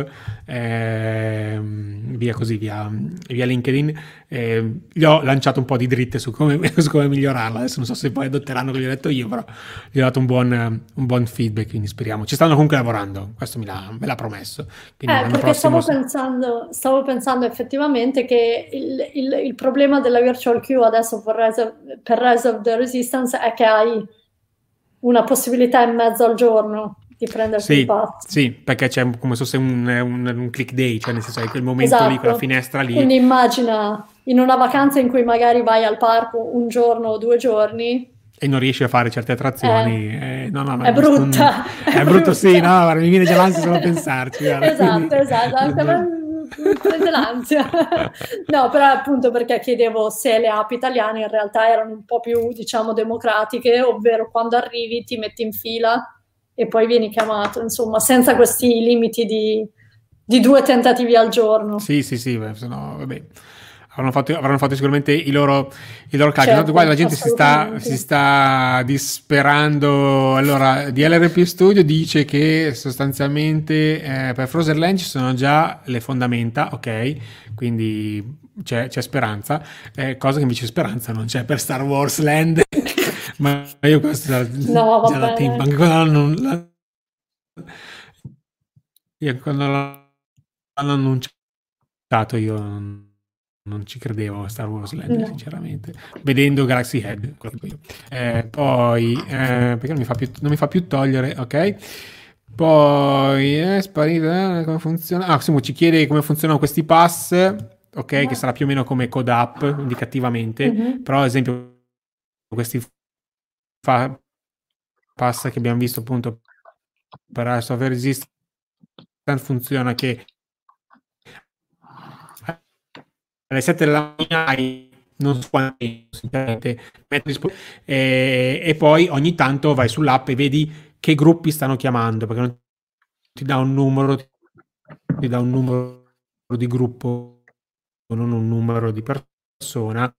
via LinkedIn, gli ho lanciato un po' di dritte su come migliorarla. Adesso non so se poi adotteranno quello che ho detto io, però gli ho dato un buon feedback, quindi speriamo. Ci stanno comunque lavorando, questo me l'ha promesso. Perché stavo pensando effettivamente che il problema della virtual queue adesso per Rise of the Resistance è che hai una possibilità in mezzo al giorno di prendersi il pass. Sì, perché c'è come se fosse un click day, cioè nel senso hai quel momento lì, quella finestra lì. Quindi immagina in una vacanza in cui magari vai al parco un giorno o 2 giorni e non riesci a fare certe attrazioni, è brutta. È brutto, sì, no, mi viene già l'ansia solo a pensarci. Esatto, prende l'ansia. No, però appunto perché chiedevo se le app italiane in realtà erano un po' più, diciamo, democratiche, ovvero quando arrivi ti metti in fila e poi vieni chiamato, insomma, senza questi limiti di 2 tentativi al giorno. Sì, no, vabbè. Avranno fatto sicuramente i loro calcoli. Certo, qua la gente si sta disperando. Allora, DLRP Studio dice che sostanzialmente per Frozen Land ci sono già le fondamenta, ok? Quindi c'è speranza, cosa che invece speranza non c'è per Star Wars Land. Ma io questo già da tempo, anche quando l'hanno annunciato io non ci credevo a Star Wars Land, sinceramente, vedendo Galaxy Head. Poi perché non mi fa più togliere, ok? Poi è sparito, come funziona? Ci chiede come funzionano questi pass, ok, che sarà più o meno come CodeApp indicativamente, però ad esempio questi pass che abbiamo visto appunto per Rise of the Resistance funziona che alle 7 della mattina non so quanto sinceramente, e poi ogni tanto vai sull'app e vedi che gruppi stanno chiamando, perché non ti dà un numero, ti dà un numero di gruppo, non un numero di persona,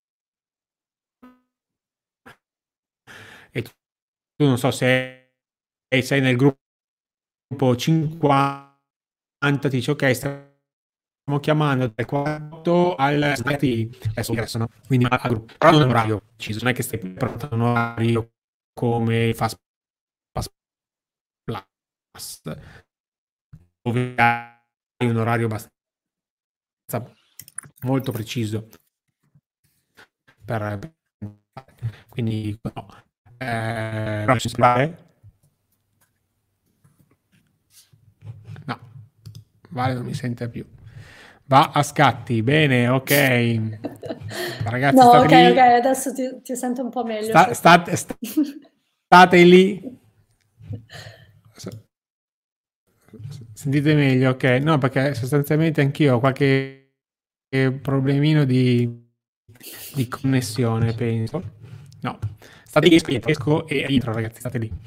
e tu non so se sei nel gruppo 50 ti dice ok, stiamo chiamando dal 48 al ingresso, no? Quindi al gruppo, però non è un orario deciso, non è che stai portando un orario come Fast Pass Plus, dove hai un orario abbastanza molto preciso quindi no. No, Vale non mi sente più. Va a scatti, bene, ok. Ragazzi, No, state ok, lì. ok, adesso ti sento un po' meglio. State lì. Sentite meglio, ok? No, perché sostanzialmente anch'io ho qualche problemino di connessione, penso. No, state lì, esco e entro, ragazzi, state lì.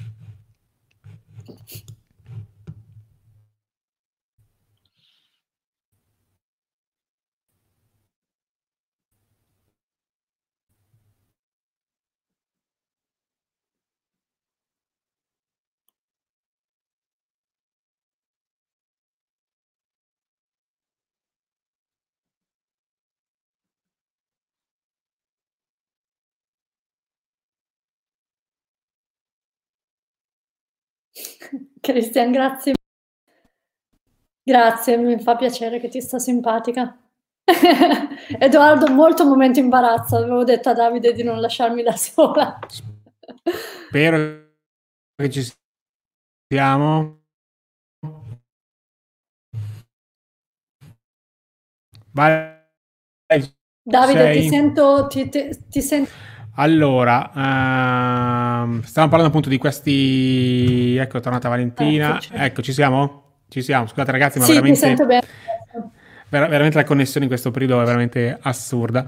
Christian, grazie. Grazie, mi fa piacere che ti sta simpatica. Edoardo, molto momento imbarazzo, avevo detto a Davide di non lasciarmi da sola. Spero che ci siamo. Davide, ti sento. Allora, stavamo parlando appunto di questi. Ecco, è tornata Valentina. Ecco, ci siamo? Ci siamo. Scusate ragazzi, ma sì, veramente. Ti sento bene. Veramente la connessione in questo periodo è veramente assurda.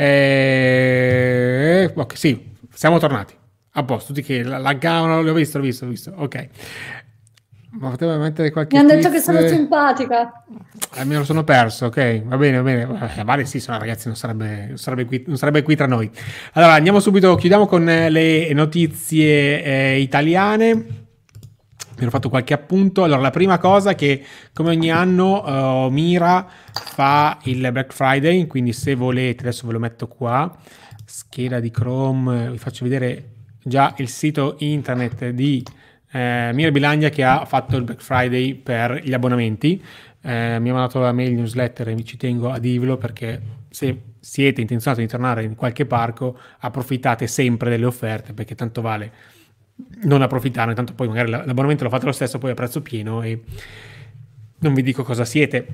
Ok, sì, siamo tornati. A posto, tutti che laggavano, l'ho visto. Ok. Ma poteva mettere qualche Mi hanno detto che sono simpatica. Me lo sono perso, ok, va bene. Vale, sì, sono ragazzi, non sarebbe qui tra noi. Allora, andiamo subito, chiudiamo con le notizie italiane. Mi ero fatto qualche appunto. Allora, la prima cosa è che, come ogni anno, Mira fa il Black Friday, quindi se volete, adesso ve lo metto qua, scheda di Chrome, vi faccio vedere già il sito internet di Mira Bilandia che ha fatto il Black Friday per gli abbonamenti. Mi ha mandato la mail newsletter e ci tengo a dirvelo perché se siete intenzionati di tornare in qualche parco approfittate sempre delle offerte perché tanto vale non approfittarne, tanto poi magari l'abbonamento lo fate lo stesso poi a prezzo pieno e non vi dico cosa siete.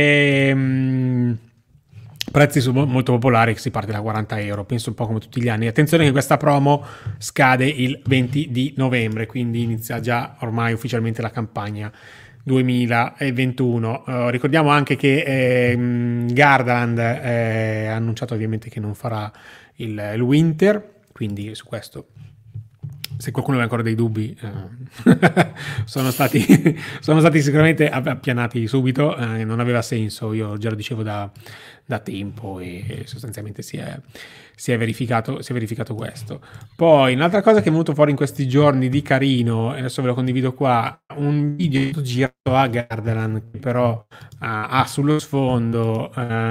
Prezzi molto popolari che si parte da 40 euro, penso un po' come tutti gli anni. Attenzione che questa promo scade il 20 di novembre, quindi inizia già ormai ufficialmente la campagna 2021. Ricordiamo anche che Gardaland ha annunciato ovviamente che non farà il winter, quindi su questo se qualcuno aveva ancora dei dubbi sono stati sicuramente appianati subito, non aveva senso, io già lo dicevo da tempo e sostanzialmente si è verificato questo. Poi un'altra cosa che è venuto fuori in questi giorni di carino, e adesso ve lo condivido qua, un video girato a Gardaland che però ha sullo sfondo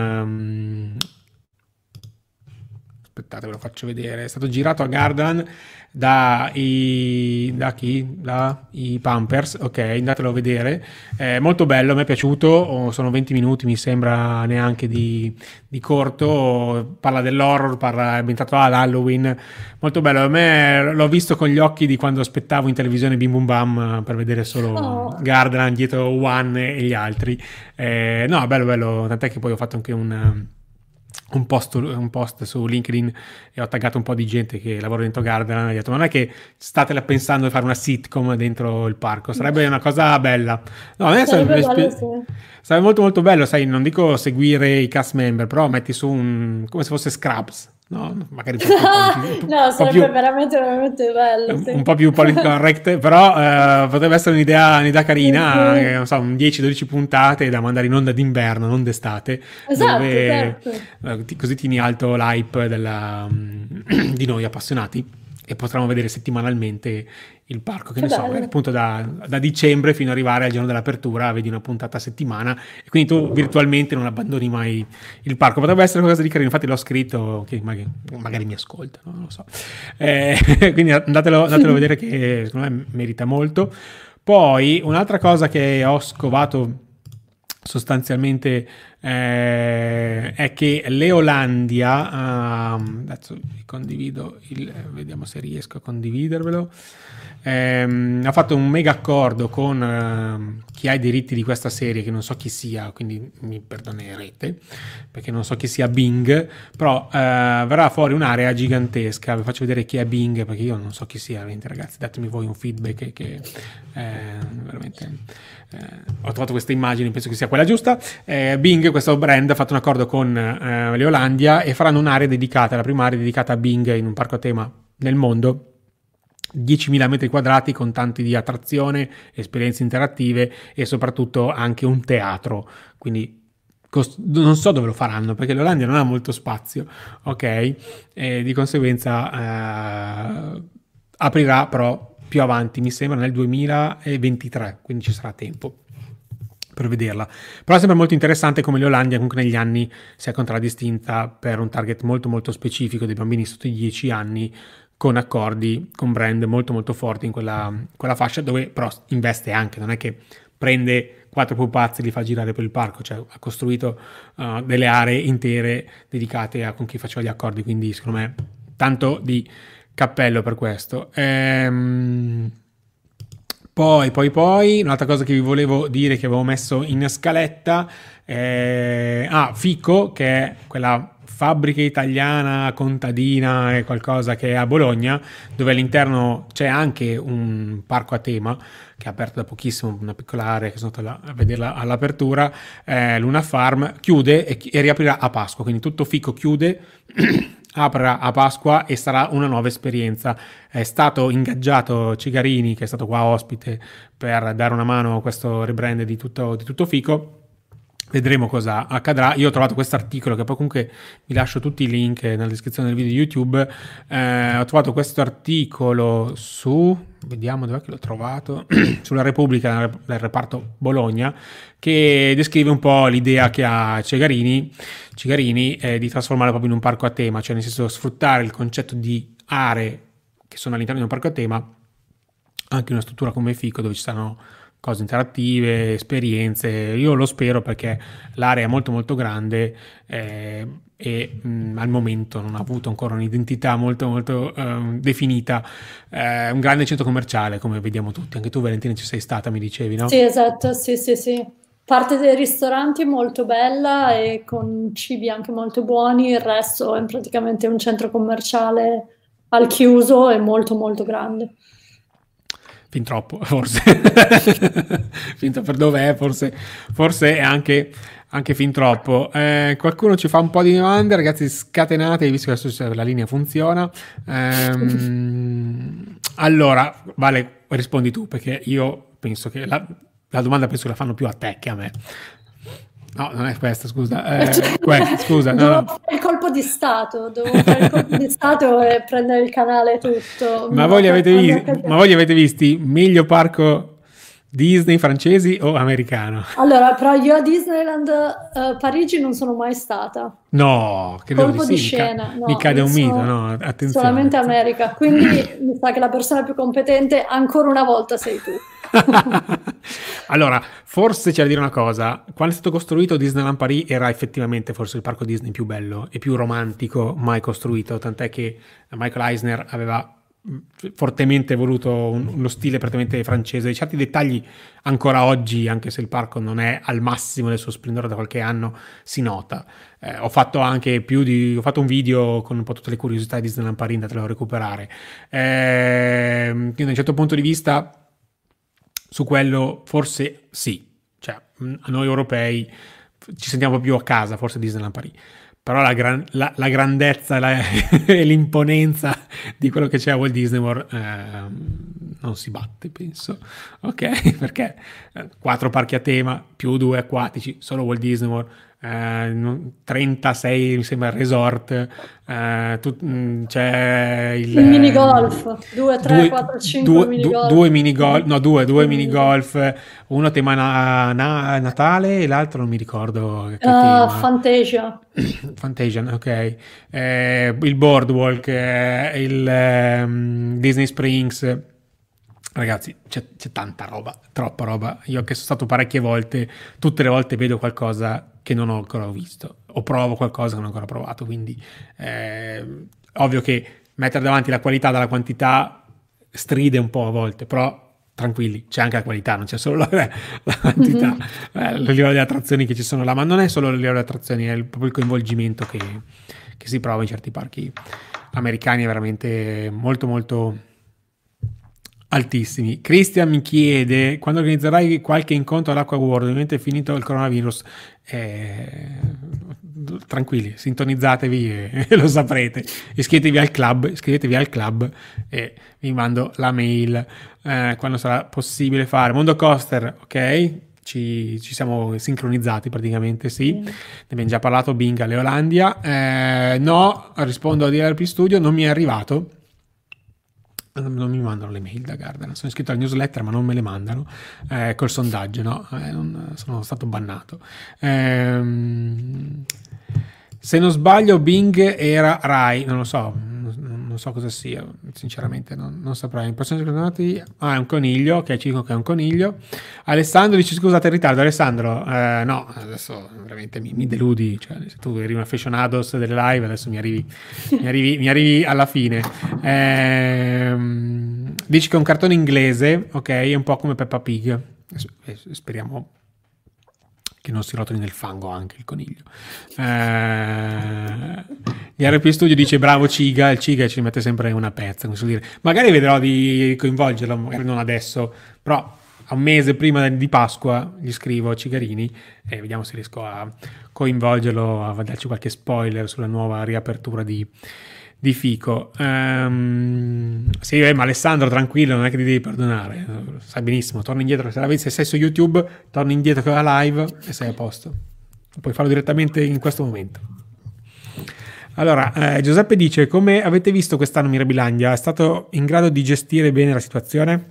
aspettate ve lo faccio vedere, è stato girato a Gardaland da i Pampers, ok, andatelo a vedere, molto bello, mi è piaciuto, sono 20 minuti mi sembra, neanche di corto, parla dell'horror, è ambientato ad Halloween, molto bello, a me l'ho visto con gli occhi di quando aspettavo in televisione Bim Bum Bam per vedere solo Gardaland dietro One e gli altri, no bello, tant'è che poi ho fatto anche un post su LinkedIn e ho taggato un po' di gente che lavora dentro Gardaland e ho detto ma non è che state pensando di fare una sitcom dentro il parco, sarebbe una cosa bella. No, sarebbe molto molto bello, sai, non dico seguire i cast member, però metti su come se fosse Scrubs, no? Magari no, sarebbe veramente bello, un po' più correct, però potrebbe essere un'idea carina, sì. Non so, 10-12 puntate da mandare in onda d'inverno, non d'estate, esatto. Così tieni alto l'hype di noi appassionati e potremo vedere settimanalmente il parco, che Che ne so, magari bello. appunto da dicembre fino ad arrivare al giorno dell'apertura, vedi una puntata a settimana e quindi tu virtualmente non abbandoni mai il parco. Potrebbe essere qualcosa di carino, infatti l'ho scritto, che magari mi ascolta, non lo so. Quindi andatelo a vedere, che secondo me merita molto. Poi un'altra cosa che ho scovato sostanzialmente è che Leolandia, adesso vi condivido vediamo se riesco a condividervelo, ha fatto un mega accordo con chi ha i diritti di questa serie, che non so chi sia, quindi mi perdonerete perché non so chi sia Bing, però verrà fuori un'area gigantesca. Vi faccio vedere chi è Bing perché io non so chi sia, veramente, ragazzi, datemi voi un feedback che veramente ho trovato queste immagini, penso che sia quella giusta. Bing, questo brand, ha fatto un accordo con Leolandia e faranno un'area dedicata, la prima area dedicata a Bing in un parco a tema nel mondo, 10.000 metri quadrati con tanti di attrazione, esperienze interattive e soprattutto anche un teatro, quindi non so dove lo faranno perché l'Olandia non ha molto spazio, ok? E di conseguenza aprirà però più avanti, mi sembra nel 2023, quindi ci sarà tempo per vederla. Però sembra molto interessante come l'Olandia comunque negli anni si è contraddistinta per un target molto molto specifico dei bambini sotto i 10 anni, con accordi con brand molto molto forti in quella fascia, dove però investe anche, non è che prende 4 pupazzi e li fa girare per il parco, cioè ha costruito delle aree intere dedicate con chi faceva gli accordi, quindi secondo me tanto di cappello per questo. Poi un'altra cosa che vi volevo dire, che avevo messo in scaletta, Fico, che è quella fabbrica italiana contadina e qualcosa che è a Bologna, dove all'interno c'è anche un parco a tema che è aperto da pochissimo, una piccola area che sono andato a vederla all'apertura, Luna Farm, chiude e riaprirà a Pasqua, quindi tutto Fico chiude aprirà a Pasqua e sarà una nuova esperienza. È stato ingaggiato Cigarini, che è stato qua ospite, per dare una mano a questo rebrand di tutto Fico. Vedremo cosa accadrà. Io ho trovato questo articolo, che poi comunque vi lascio tutti i link nella descrizione del video di YouTube. Ho trovato questo articolo vediamo dov'è che l'ho trovato, sulla Repubblica, del reparto Bologna, che descrive un po' l'idea che ha Cigarini di trasformarlo proprio in un parco a tema, cioè nel senso sfruttare il concetto di aree che sono all'interno di un parco a tema anche in una struttura come Fico, dove ci saranno cose interattive, esperienze. Io lo spero perché l'area è molto molto grande e al momento non ha avuto ancora un'identità molto molto definita. Un grande centro commerciale, come vediamo tutti. Anche tu, Valentina, ci sei stata, mi dicevi, no? Sì, esatto, sì, sì, sì. Parte dei ristoranti è molto bella e con cibi anche molto buoni, il resto è praticamente un centro commerciale al chiuso e molto molto grande. Fin troppo, forse. Finto per dov'è, forse è anche fin troppo. Qualcuno ci fa un po' di domande, ragazzi, scatenate, visto che adesso la linea funziona. Allora, Vale, rispondi tu, perché io penso che la domanda penso che la fanno più a te che a me. No, non è questa, scusa. Scusa, no. Devo fare il colpo di Stato, e prendere il canale tutto. Ma voi li avete visti? Meglio parco Disney francesi o americano? Allora, però io a Disneyland Parigi non sono mai stata. No, credo Colpo di di sì, scena, no, mi cade un sono mito, no? Attenzione. solamente America, quindi mi sa che la persona più competente ancora una volta sei tu. Allora, forse c'è da dire una cosa: quando è stato costruito Disneyland Paris era effettivamente forse il parco Disney più bello e più romantico mai costruito, tant'è che Michael Eisner aveva fortemente voluto uno stile prettamente francese. Certi dettagli ancora oggi, anche se il parco non è al massimo del suo splendore da qualche anno, si nota. Ho fatto anche ho fatto un video con un po' tutte le curiosità di Disneyland Paris, andatelo a recuperare. Quindi da un certo punto di vista su quello forse sì, cioè a noi europei ci sentiamo più a casa forse Disneyland Paris, però la grandezza e l'imponenza di quello che c'è a Walt Disney World non si batte, penso, ok? Perché 4 parchi a tema più 2 acquatici, solo Walt Disney World, 36 mi sembra resort, c'è il mini golf, 2, 3, 4, 5 mini golf. Due mini golf, no, due mini golf, uno tema Natale e l'altro non mi ricordo che tema. Fantasia. Fantasia, ok. Il Boardwalk, il Disney Springs. Ragazzi, c'è tanta roba, troppa roba. Io che sono stato parecchie volte, tutte le volte vedo qualcosa che non ho ancora visto o provo qualcosa che non ho ancora provato, quindi ovvio che mettere davanti la qualità dalla quantità stride un po' a volte, però tranquilli, c'è anche la qualità, non c'è solo la quantità, il livello di attrazioni che ci sono là, ma non è solo il livello di attrazioni, è proprio il coinvolgimento che si prova in certi parchi americani, è veramente molto molto altissimi. Christian mi chiede quando organizzerai qualche incontro all'Acqua World, ovviamente è finito il coronavirus. Tranquilli, sintonizzatevi e lo saprete. Iscrivetevi al club e vi mando la mail quando sarà possibile fare. Mondo Coaster, ok? Ci siamo sincronizzati praticamente, sì. Ne abbiamo già parlato, Bing a Leolandia. No, rispondo a DLP Studio, non mi è arrivato. Non mi mandano le mail da Gardaland, sono iscritto al newsletter ma non me le mandano col sondaggio, no? Sono stato bannato. Se non sbaglio Bing era Rai, non lo so, non so cosa sia, sinceramente non saprei. È un coniglio, ok, ci dico che è un coniglio. Alessandro dice scusate il ritardo. Alessandro, no, adesso veramente mi deludi, cioè, se tu eri un aficionados delle live, adesso mi arrivi alla fine. Dici che è un cartone inglese, ok, è un po' come Peppa Pig, speriamo che non si rotoli nel fango anche il coniglio. Gli RP Studio dice bravo Ciga, il Ciga ci mette sempre una pezza, come so dire. Magari vedrò di coinvolgerlo, magari non adesso, però a un mese prima di Pasqua gli scrivo a Cigarini e vediamo se riesco a coinvolgerlo, a darci qualche spoiler sulla nuova riapertura di Fico. Sì, ma Alessandro tranquillo, non è che ti devi perdonare, sai benissimo, torna indietro, se sei su YouTube torni indietro con la live e sei a posto, puoi farlo direttamente in questo momento. Allora, Giuseppe dice come avete visto quest'anno Mirabilandia, è stato in grado di gestire bene la situazione?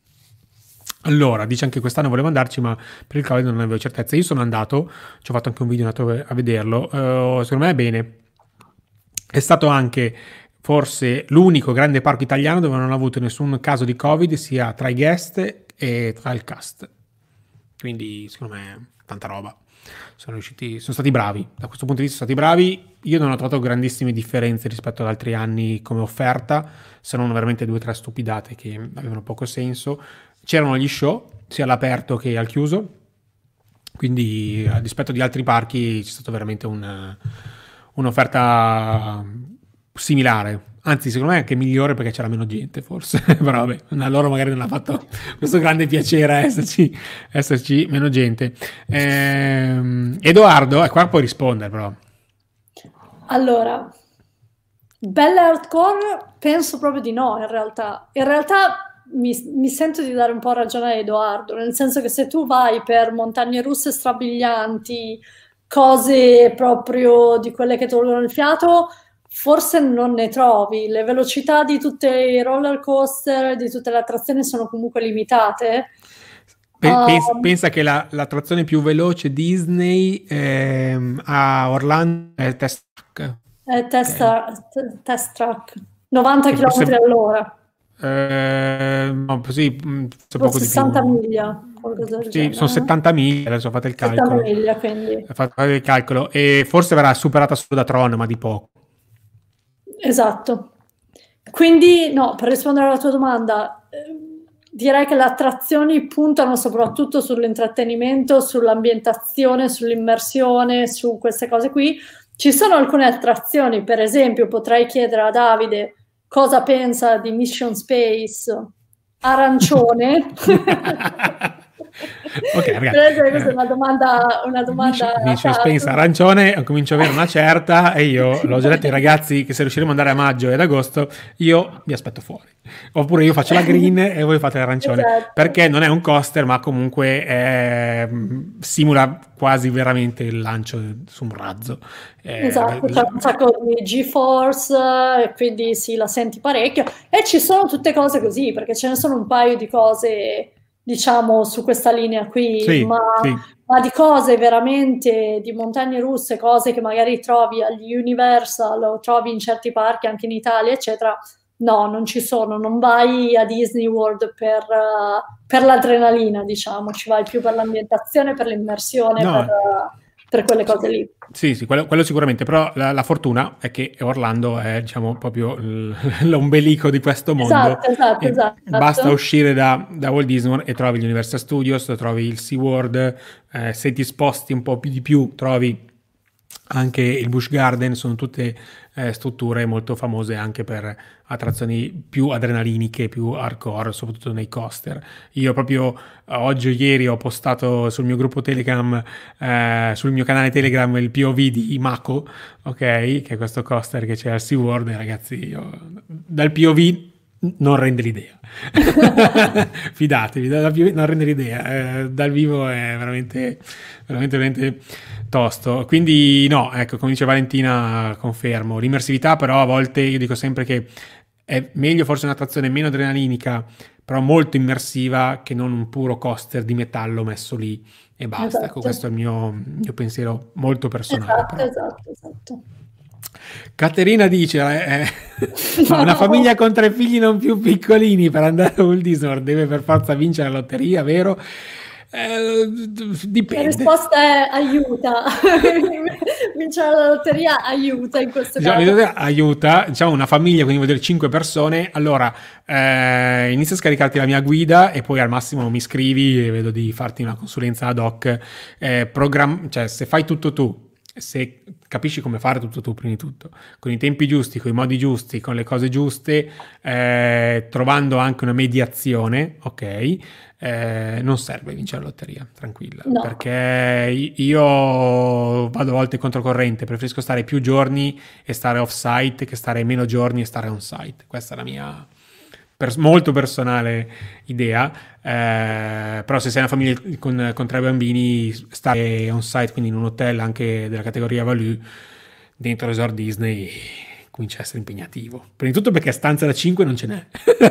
Allora, dice anche quest'anno volevo andarci ma per il Covid non avevo certezza. Io sono andato, ci ho fatto anche un video, andato a vederlo, secondo me è bene. È stato anche forse l'unico grande parco italiano dove non ha avuto nessun caso di Covid sia tra i guest e tra il cast. Quindi secondo me tanta roba. Sono stati bravi. Da questo punto di vista sono stati bravi. Io non ho trovato grandissime differenze rispetto ad altri anni come offerta, se non veramente 2 o 3 stupidate che avevano poco senso. C'erano gli show, sia all'aperto che al chiuso. Quindi a dispetto di altri parchi c'è stato veramente un'offerta similare, anzi secondo me anche migliore perché c'era meno gente forse, però vabbè, a loro magari non ha fatto questo grande piacere esserci meno gente. Edoardo, qua puoi rispondere però. Allora, belle hardcore? Penso proprio di no in realtà mi sento di dare un po' ragione a Edoardo, nel senso che se tu vai per montagne russe strabilianti, cose proprio di quelle che tolgono il fiato, forse non ne trovi. Le velocità di tutti i roller coaster, di tutte le attrazioni sono comunque limitate. Pensa che l'attrazione più veloce Disney a Orlando è Test Track. È Test Track, 90 km all'ora. No, sì, poco 60 di più. miglia. Sì, sono 70 miglia, adesso fate il calcolo. 70 miglia, quindi. Fate il calcolo e forse verrà superata solo da Tron, ma di poco. Esatto. Quindi, no, per rispondere alla tua domanda, direi che le attrazioni puntano soprattutto sull'intrattenimento, sull'ambientazione, sull'immersione, su queste cose qui. Ci sono alcune attrazioni, per esempio, potrei chiedere a Davide cosa pensa di Mission Space arancione. Ok, ragazzi. Questa è una domanda Vince a Spencer, caso. arancione, comincio a avere una certa e io l'ho già detto ai ragazzi che se riusciremo ad andare a maggio e ad agosto, io vi aspetto fuori. Oppure io faccio la green e voi fate l'arancione, Esatto. perché non è un coaster, ma comunque simula quasi veramente il lancio su un razzo. Esatto, c'è un sacco di GeForce, e quindi sì, la senti parecchio. E ci sono tutte cose così, perché ce ne sono un paio di cose, diciamo, su questa linea qui, sì, sì. ma di cose veramente, di montagne russe, cose che magari trovi agli Universal o trovi in certi parchi anche in Italia, eccetera. No, non ci sono. Non vai a Disney World per l'adrenalina, diciamo, ci vai più per l'ambientazione, per l'immersione, No, per quelle cose lì. sì, sì, quello sicuramente, però la fortuna è che Orlando è, diciamo, proprio l'ombelico di questo mondo. Esatto, esatto, E basta esatto. uscire da Walt Disney World e trovi l'Universal Studios, trovi il SeaWorld, se ti sposti un po' più di più trovi anche il Busch Garden, sono tutte strutture molto famose anche per attrazioni più adrenaliniche, più hardcore, soprattutto nei coaster. Io proprio oggi o ieri ho postato sul mio gruppo Telegram, sul mio canale Telegram, il POV di Mako, ok, che è questo coaster che c'è al SeaWorld, e ragazzi, dal POV non rende l'idea. Fidatevi, dal POV non rende l'idea. Dal vivo è veramente, veramente, veramente tosto. Quindi no, ecco, come dice Valentina, confermo. L'immersività però a volte io dico sempre che è meglio forse un'attrazione meno adrenalinica, però molto immersiva, che non un puro coaster di metallo messo lì e basta. Ecco, Esatto, questo è il mio pensiero molto personale, esatto, però. esatto, esatto. Caterina dice, ma una famiglia con 3 figli non più piccolini per andare a Walt Disney World deve per forza vincere la lotteria, vero? La Dipende. risposta è aiuta. Vincere la lotteria aiuta in questo caso. Diciamo, aiuta, diciamo una famiglia, quindi vuol dire 5 persone, allora inizia a scaricarti la mia guida e poi al massimo mi scrivi e vedo di farti una consulenza ad hoc, cioè se fai tutto tu, se capisci come fare tutto tu prima di tutto, con i tempi giusti, con i modi giusti, con le cose giuste, trovando anche una mediazione, ok? Non serve vincere la lotteria, tranquilla, No, perché io vado a volte controcorrente, preferisco stare più giorni e stare off-site che stare meno giorni e stare on-site. Questa è la mia molto personale idea, però se sei una famiglia con 3 bambini, stare on-site, quindi in un hotel anche della categoria value, dentro Resort Disney comincia a essere impegnativo. Prima di tutto perché stanze da 5 non ce n'è.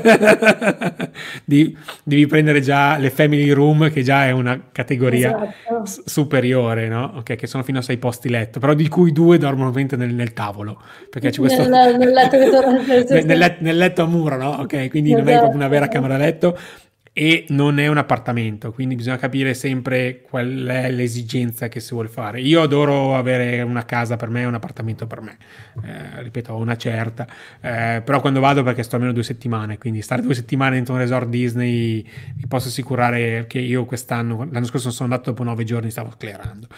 Devi prendere già le family room, che già è una categoria esatto. superiore, no? Ok, che sono fino a 6 posti letto, però di cui 2 dormono ovviamente nel tavolo, perché c'è questo Nel letto che torna. nel letto a muro, no? Ok, quindi non è proprio una Esatto, vera esatto. camera da letto e non è un appartamento, quindi bisogna capire sempre qual è l'esigenza che si vuole fare. Io adoro avere una casa per me, un appartamento per me, ripeto, ho una certa, però quando vado perché sto almeno 2 settimane, quindi stare 2 settimane dentro un resort Disney vi posso assicurare che io l'anno scorso sono andato dopo 9 giorni, stavo sclerando.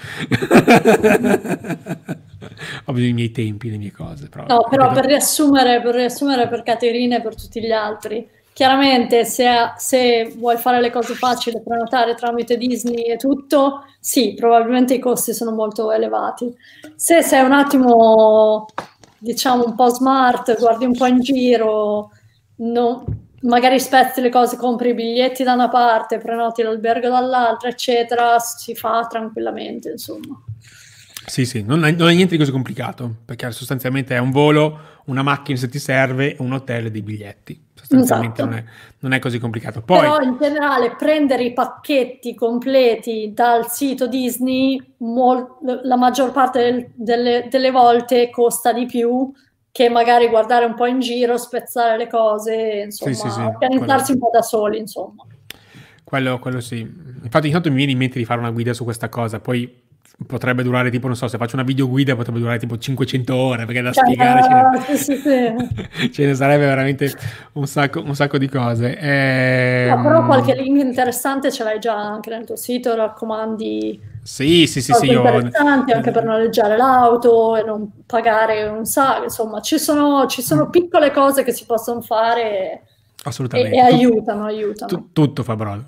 Ho bisogno dei miei tempi, le mie cose, però No, però ripeto, per riassumere per Caterina e per tutti gli altri, chiaramente se vuoi fare le cose facili, prenotare tramite Disney e tutto, sì, probabilmente i costi sono molto elevati. Se sei un attimo, diciamo, un po' smart, guardi un po' in giro, magari spezzi le cose, compri i biglietti da una parte, prenoti l'albergo dall'altra, eccetera, si fa tranquillamente, insomma. sì, sì, non è niente di così complicato, perché sostanzialmente è un volo, una macchina se ti serve, un hotel e dei biglietti. Sostanzialmente non Esatto. è, non è così complicato. Poi, Però in generale prendere i pacchetti completi dal sito Disney la maggior parte delle volte costa di più che magari guardare un po' in giro, spezzare le cose, sì, sì, insomma, sì, organizzarsi un po' da soli, insomma. quello sì. Infatti, intanto mi viene in mente di fare una guida su questa cosa, poi potrebbe durare tipo, non so, se faccio una videoguida potrebbe durare tipo 500 ore, perché da Cioè, spiegare sì, sì, sì. ce ne sarebbe veramente un sacco di cose. No, però qualche link interessante ce l'hai già anche nel tuo sito, raccomandi Sì, sì, sì, sì, cose io... interessanti anche per noleggiare l'auto e non pagare un sacco, insomma, ci sono piccole cose che si possono fare Assolutamente. E aiutano. Tutto fa brodo.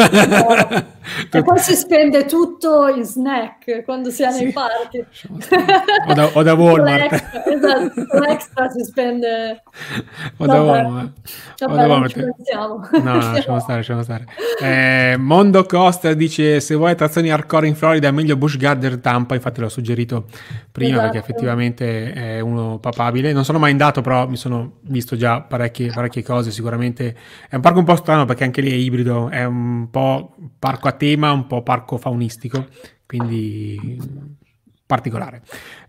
E poi si spende tutto in snack quando si è nei parchi. O da Walmart. Esatto, l'extra si spende. O da Walmart. Non ci pensiamo. No, lasciamo stare. Mondo Costa dice: se vuoi attrazioni hardcore in Florida è meglio Busch Gardens Tampa. Infatti l'ho suggerito prima, perché effettivamente è uno papabile. Non sono mai andato, però mi sono visto già parecchie cose. Sicuramente è un parco un po' strano, perché anche lì è ibrido, è un po' parco a tema, un po' parco faunistico, quindi particolare.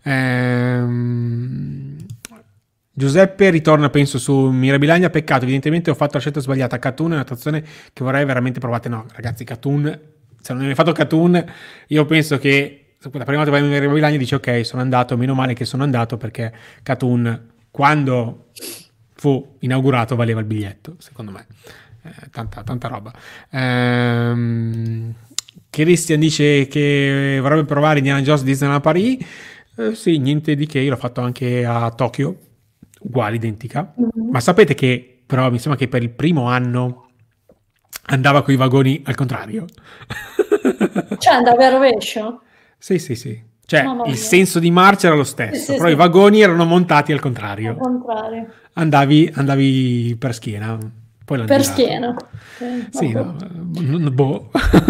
Giuseppe ritorna, penso, su Mirabilandia. Peccato, evidentemente ho fatto la scelta sbagliata. Catun è un'attrazione che vorrei veramente provare. No, ragazzi, Catun, se non hai mai fatto Catun, io penso che la prima volta che vai in Mirabilandia dici ok, sono andato, meno male che sono andato, perché Catun, quando fu inaugurato, valeva il biglietto, secondo me. Tanta roba. Christian dice che vorrebbe provare Indiana Jones Disneyland Paris. Sì, niente di che, io l'ho fatto anche a Tokyo, uguale, identica. Ma sapete che però mi sembra che per il primo anno andava con i vagoni al contrario. Cioè andava a rovescio? Sì. Cioè il senso di marcia era lo stesso, però i vagoni erano montati al contrario. Andavi per schiena. Poi per schiena? Sì, no, boh.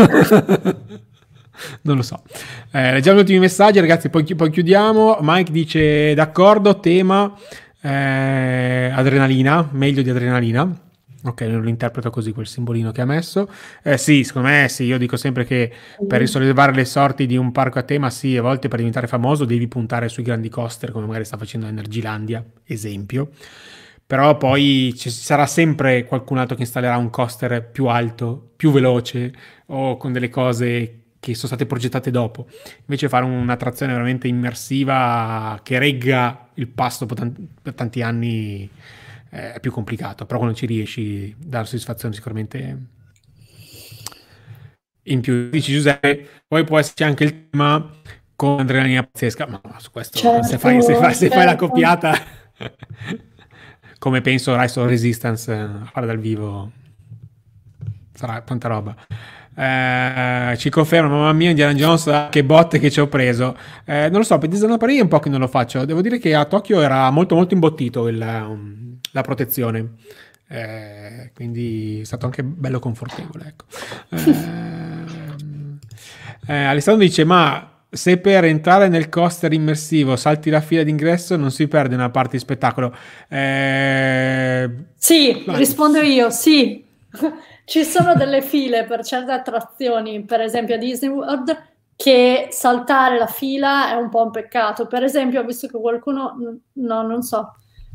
Non lo so. Leggiamo gli ultimi messaggi, ragazzi, poi chiudiamo. Mike dice: d'accordo, tema adrenalina, meglio di adrenalina. Ok, non lo interpreto così quel simbolino che ha messo. Sì, secondo me sì, io dico sempre che per risollevare le sorti di un parco a tema, sì, a volte per diventare famoso devi puntare sui grandi coaster, come magari sta facendo Energylandia, esempio. Però poi ci sarà sempre qualcun altro che installerà un coaster più alto, più veloce, o con delle cose che sono state progettate dopo. Invece fare un'attrazione veramente immersiva che regga il passo per tanti anni è più complicato, però quando ci riesci dà una soddisfazione sicuramente in più. Dici Giuseppe, poi può esserci anche il tema con adrenalina pazzesca, ma su questo se fai la coppiata come penso Rise of Resistance a fare dal vivo sarà tanta roba. Ci conferma, mamma mia, Indiana Jones, che botte che ci ho preso. Non lo so, per Disneyland Paris è un po' che non lo faccio. Devo dire che a Tokyo era molto molto imbottito la protezione, quindi è stato anche bello confortevole, ecco. Alessandro dice: ma se per entrare nel coaster immersivo salti la fila d'ingresso non si perde una parte di spettacolo? Sì, rispondo io, sì. Ci sono delle file per certe attrazioni, per esempio a Disney World, che saltare la fila è un po' un peccato. Per esempio, ho visto che qualcuno, no, non so.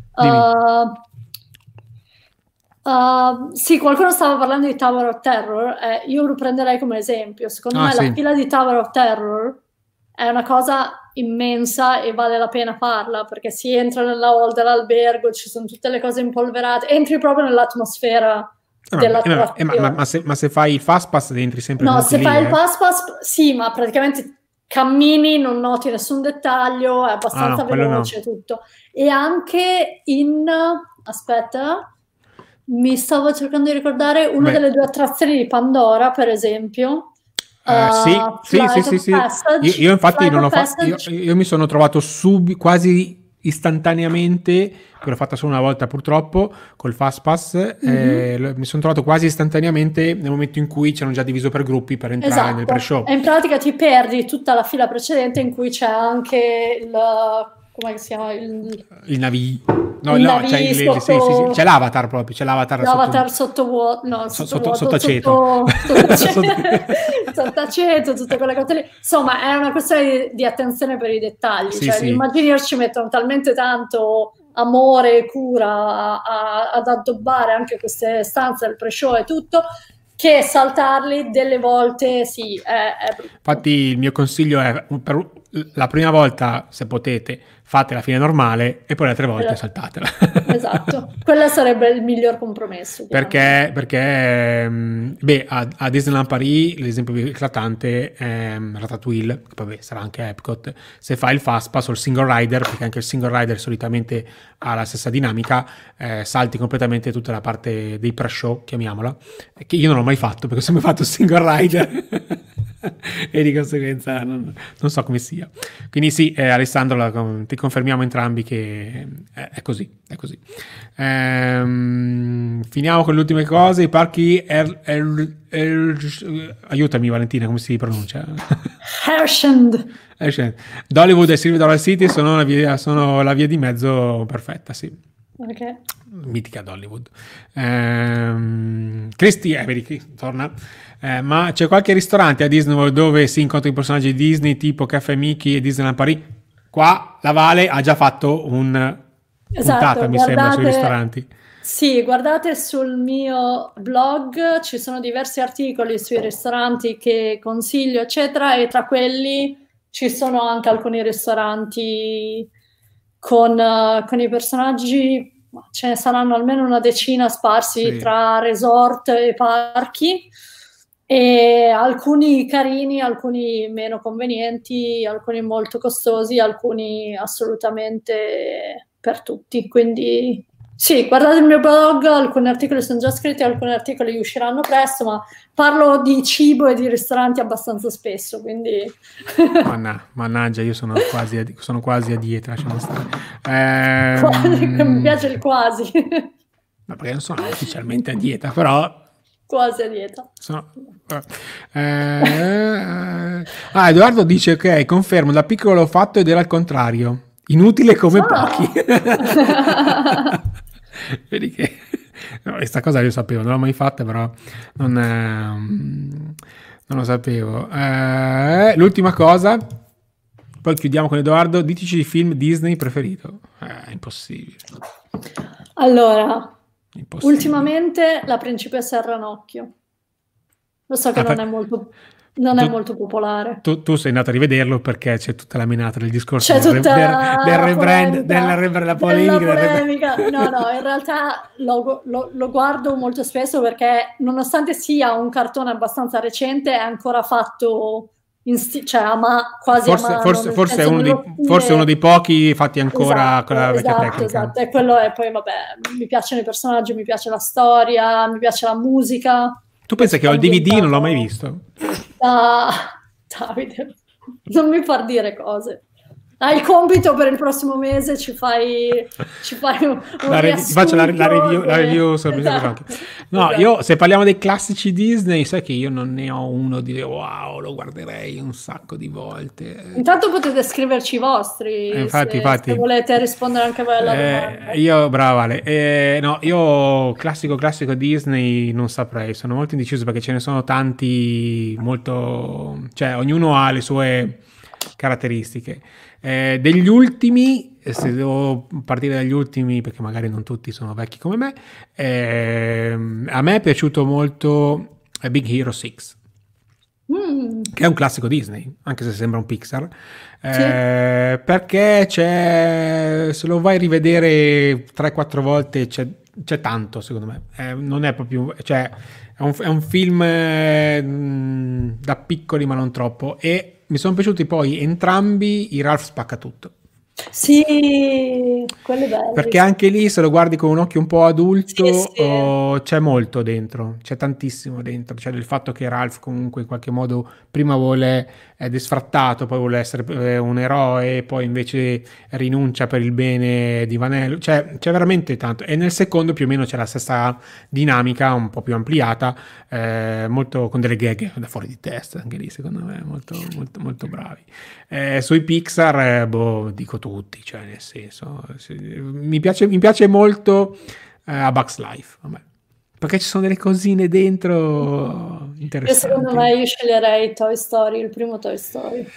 Sì, qualcuno stava parlando di Tower of Terror, io lo prenderei come esempio. Secondo me la fila di Tower of Terror è una cosa immensa e vale la pena farla, perché si entra nella hall dell'albergo, ci sono tutte le cose impolverate, entri proprio nell'atmosfera dell'attrazione. Ma se fai il fast pass entri sempre. No, se fai il fast pass sì, ma praticamente cammini, non noti nessun dettaglio, è abbastanza veloce tutto. E anche aspetta, mi stavo cercando di ricordare una delle due attrazioni di Pandora, per esempio. Sì. Io infatti non l'ho fatto. Io mi sono trovato quasi istantaneamente, che l'ho fatta solo una volta purtroppo col fast pass, mi sono trovato quasi istantaneamente nel momento in cui c'erano già diviso per gruppi per entrare nel pre-show. E in pratica ti perdi tutta la fila precedente in cui c'è anche come si chiama? Il navi. C'è l'avatar proprio, c'è l'avatar sottaceto, tutte quelle cose lì. Insomma, è una questione di attenzione per i dettagli. Gli Imagineers ci mettono talmente tanto amore e cura ad addobbare anche queste stanze del pre-show e tutto, che saltarli delle volte è brutto. Infatti il mio consiglio è, per la prima volta, se potete, fate la fine normale e poi le altre volte saltatela. esatto. Quello sarebbe il miglior compromesso. Perché a Disneyland Paris l'esempio più eclatante è Ratatouille, che poi sarà anche Epcot. Se fai il Fast Pass o il Single Rider, perché anche il Single Rider solitamente ha la stessa dinamica, salti completamente tutta la parte dei pre-show, chiamiamola, che io non ho mai fatto, perché ho sempre fatto il Single Rider e di conseguenza non so come sia. Quindi sì, Alessandro, ti confermiamo entrambi che è così. Finiamo con le ultime cose. I parchi aiutami Valentina, come si pronuncia? Hershend. Dollywood e Silver Dollar City sono la via di mezzo perfetta, sì. Okay. Mitica Dollywood. Cristi, vedi, torna. Ma c'è qualche ristorante a Disney World dove si incontrano i personaggi Disney tipo Caffè Mickey e Disneyland Paris? Qua la Vale ha già fatto un puntata, mi sembra, sui ristoranti. Sì, guardate sul mio blog, ci sono diversi articoli sui ristoranti che consiglio, eccetera, e tra quelli ci sono anche alcuni ristoranti con i personaggi, ce ne saranno almeno una decina sparsi tra resort e parchi, e alcuni carini, alcuni meno convenienti, alcuni molto costosi, alcuni assolutamente per tutti. Quindi sì, guardate il mio blog, alcuni articoli sono già scritti, alcuni articoli usciranno presto, ma parlo di cibo e di ristoranti abbastanza spesso, quindi... Mannaggia, io sono quasi a dieta, lasciamo stare. Mi piace il quasi. Ma perché non sono ufficialmente a dieta, però... Quasi a dieta. Edoardo dice, ok, confermo, da piccolo l'ho fatto ed era al contrario. Inutile come pochi. Vedi che questa cosa io sapevo, non l'ho mai fatta, però non lo sapevo. L'ultima cosa, poi chiudiamo con Edoardo. Ditici il film Disney preferito. È impossibile. Allora, ultimamente La principessa e il ranocchio. Lo so che non è molto popolare. Tu sei andato a rivederlo perché c'è tutta la menata del discorso c'è tutta del rebrand, della polemica. No, in realtà lo guardo molto spesso perché nonostante sia un cartone abbastanza recente è ancora fatto quasi forse è uno dei pochi fatti ancora con la vecchia tecnica. Esatto, e quello è poi mi piacciono i personaggi, mi piace la storia, mi piace la musica. Tu pensi che ho il DVD, non l'ho mai visto? Davide, non mi far dire cose. Hai il compito per il prossimo mese, ci fai un ti faccio la review sul esatto. No, esatto. Io se parliamo dei classici Disney, sai che io non ne ho uno di wow, lo guarderei un sacco di volte. Intanto potete scriverci i vostri, infatti. Se volete rispondere anche voi alla domanda. Io, brava Vale, no, io classico Disney non saprei, sono molto indeciso perché ce ne sono tanti, molto, cioè ognuno ha le sue caratteristiche. Degli ultimi, se devo partire dagli ultimi perché magari non tutti sono vecchi come me, a me è piaciuto molto Big Hero 6, che è un classico Disney, anche se sembra un Pixar, perché se lo vai a rivedere 3-4 volte c'è tanto, secondo me, non è proprio, cioè è un film da piccoli ma non troppo, e mi sono piaciuti poi entrambi i Ralph Spaccatutto. Sì, quello è bello. Perché anche lì, se lo guardi con un occhio un po' adulto, c'è molto dentro, c'è tantissimo dentro. C'è il fatto che Ralph comunque in qualche modo prima è disfrattato, poi vuole essere un eroe, poi invece rinuncia per il bene di Vanello. C'è veramente tanto. E nel secondo più o meno c'è la stessa dinamica, un po' più ampliata, molto con delle gag da fuori di testa, anche lì secondo me molto, molto, molto bravi. Sui Pixar, dico tutti, cioè nel senso, mi piace molto A Bug's Life, vabbè, perché ci sono delle cosine dentro interessanti. Secondo me io sceglierei Toy Story, il primo Toy Story.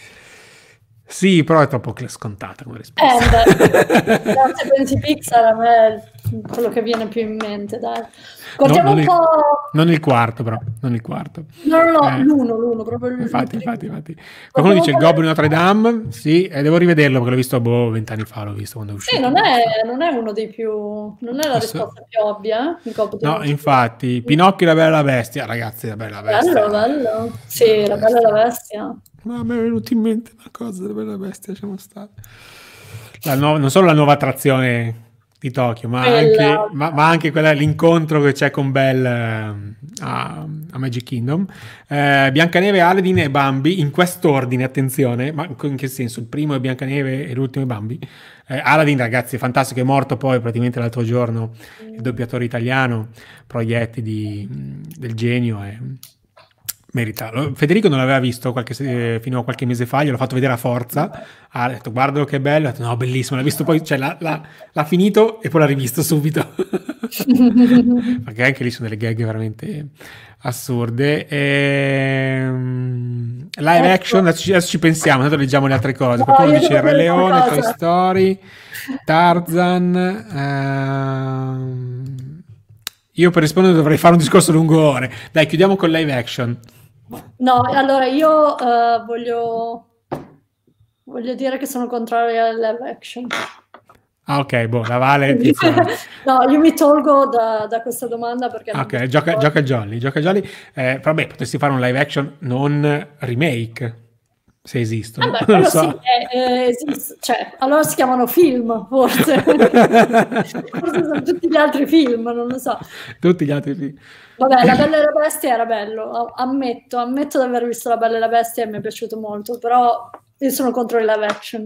Sì, però è troppo scontata come risposta. Se pensi Pixar, a me quello che viene più in mente, dai. Guardiamo un po'... Non il quarto, però, non il quarto. No, l'uno, proprio Infatti. Qualcuno dice il Goblin Notre Dame, sì, e devo rivederlo perché l'ho visto 20 anni fa, l'ho visto quando è uscito. Sì, non è uno dei più... non è la risposta più ovvia, il Goblin. No, infatti, Pinocchio e la Bella e la Bestia, ragazzi, la Bella e la Bestia. Bello. Sì, la Bella e la Bestia. Ma mi è venuto in mente una cosa della Bella e la Bestia, lasciamo stare. Non solo la nuova attrazione di Tokyo, ma anche l'incontro che c'è con Belle a Magic Kingdom. Biancaneve, Aladdin e Bambi, in quest'ordine, attenzione, ma in che senso? Il primo è Biancaneve e l'ultimo è Bambi. Aladdin, ragazzi, è fantastico, è morto poi praticamente l'altro giorno, il doppiatore italiano, proietti del genio, merita. Federico non l'aveva visto fino a qualche mese fa, gliel'ho fatto vedere a forza, ha detto guardalo che bello, ha detto no, bellissimo, l'ha visto poi, cioè l'ha finito e poi l'ha rivisto subito perché anche lì sono delle gag veramente assurde. Live action, adesso ci pensiamo, tanto leggiamo le altre cose. Qualcuno dice il Re Leone, Toy Story, Tarzan. Io per rispondere dovrei fare un discorso lungo ore. Dai, chiudiamo con live action. No, allora io voglio dire che sono contraria al live action. Ah, ok, la Vale. No, io mi tolgo da questa domanda perché... Ok, gioca Jolly. Vabbè, potresti fare un live action non remake, se esistono. Non so. Sì, esiste. Cioè, allora si chiamano film, forse. Forse sono tutti gli altri film, non lo so. Tutti gli altri film. Vabbè, La Bella e la Bestia era bello, ammetto di aver visto La Bella e la Bestia e mi è piaciuto molto, però io sono contro il live action.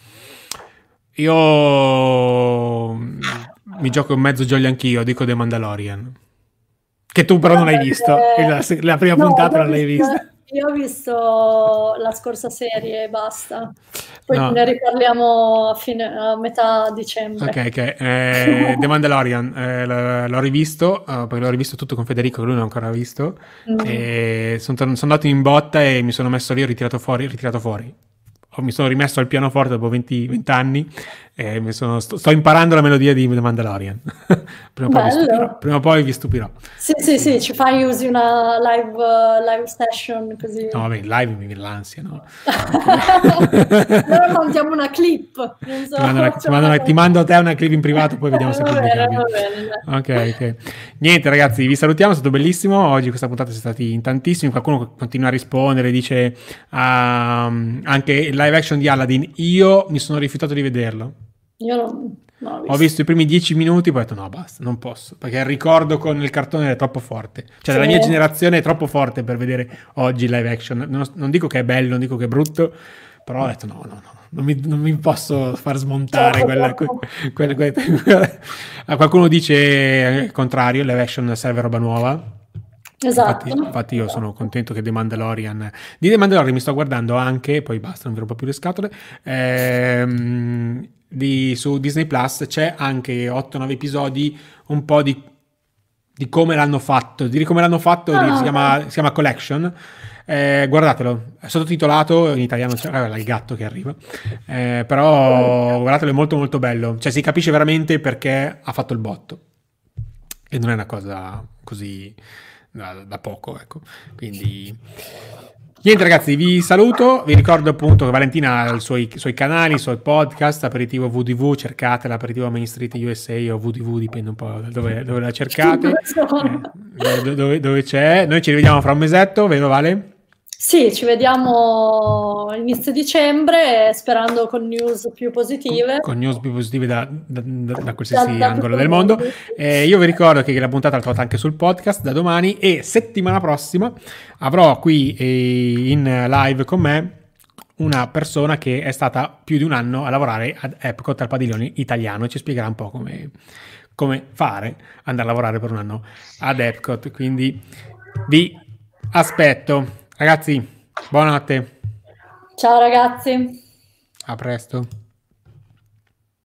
Io mi gioco in mezzo Jolly anch'io, dico The Mandalorian. Che tu però non hai visto, la prima puntata non l'hai vista. Io ho visto la scorsa serie e basta. Poi ne riparliamo a metà dicembre. Ok. The Mandalorian l'ho rivisto, perché l'ho rivisto tutto con Federico, che lui non l'ha ancora visto. E sono andato in botta e mi sono messo lì, ho ritirato fuori. Mi sono rimesso al pianoforte dopo 20 anni e sto imparando la melodia di The Mandalorian. Prima o poi vi stupirò. Sì, usi una live session così. No, vabbè, live mi viene l'ansia, no? Allora montiamo una clip. Non so, ti mando a te una clip in privato, poi vediamo se pubblichiamo. Ok. Niente, ragazzi, vi salutiamo, è stato bellissimo. Oggi questa puntata siete stati in tantissimi. Qualcuno continua a rispondere, dice anche il live action di Aladdin. Io mi sono rifiutato di vederlo. Io non ho visto. Ho visto i primi 10 minuti, poi ho detto no, basta, non posso, perché il ricordo con il cartone è troppo forte. Cioè, della mia generazione è troppo forte per vedere oggi live action. Non dico che è bello, non dico che è brutto, però ho detto no, non mi posso far smontare qualcuno dice il contrario, live action serve roba nuova. Esatto. Infatti io sono contento che The Mandalorian mi sto guardando anche, poi basta, non vi rompo più le scatole, su Disney Plus c'è anche 8-9 episodi un po' di come l'hanno fatto, si chiama Collection. Guardatelo, è sottotitolato in italiano, c'è il gatto che arriva, però guardatelo, è molto molto bello, cioè si capisce veramente perché ha fatto il botto e non è una cosa così da poco, ecco. Quindi niente, ragazzi, vi saluto, vi ricordo appunto che Valentina ha i suoi canali, i suoi podcast, Aperitivo VDV, cercate l'Aperitivo Main Street USA o VDV, dipende un po' da dove la cercate, dove c'è. Noi ci rivediamo fra un mesetto, vero Vale? Sì, ci vediamo inizio dicembre, sperando con news più positive. Con news più positive da qualsiasi angolo del mondo. Io vi ricordo che la puntata la trovate anche sul podcast da domani e settimana prossima avrò qui in live con me una persona che è stata più di un anno a lavorare ad Epcot al padiglione italiano e ci spiegherà un po' come fare andare a lavorare per un anno ad Epcot. Quindi vi aspetto. Ragazzi, buonanotte. Ciao ragazzi. A presto.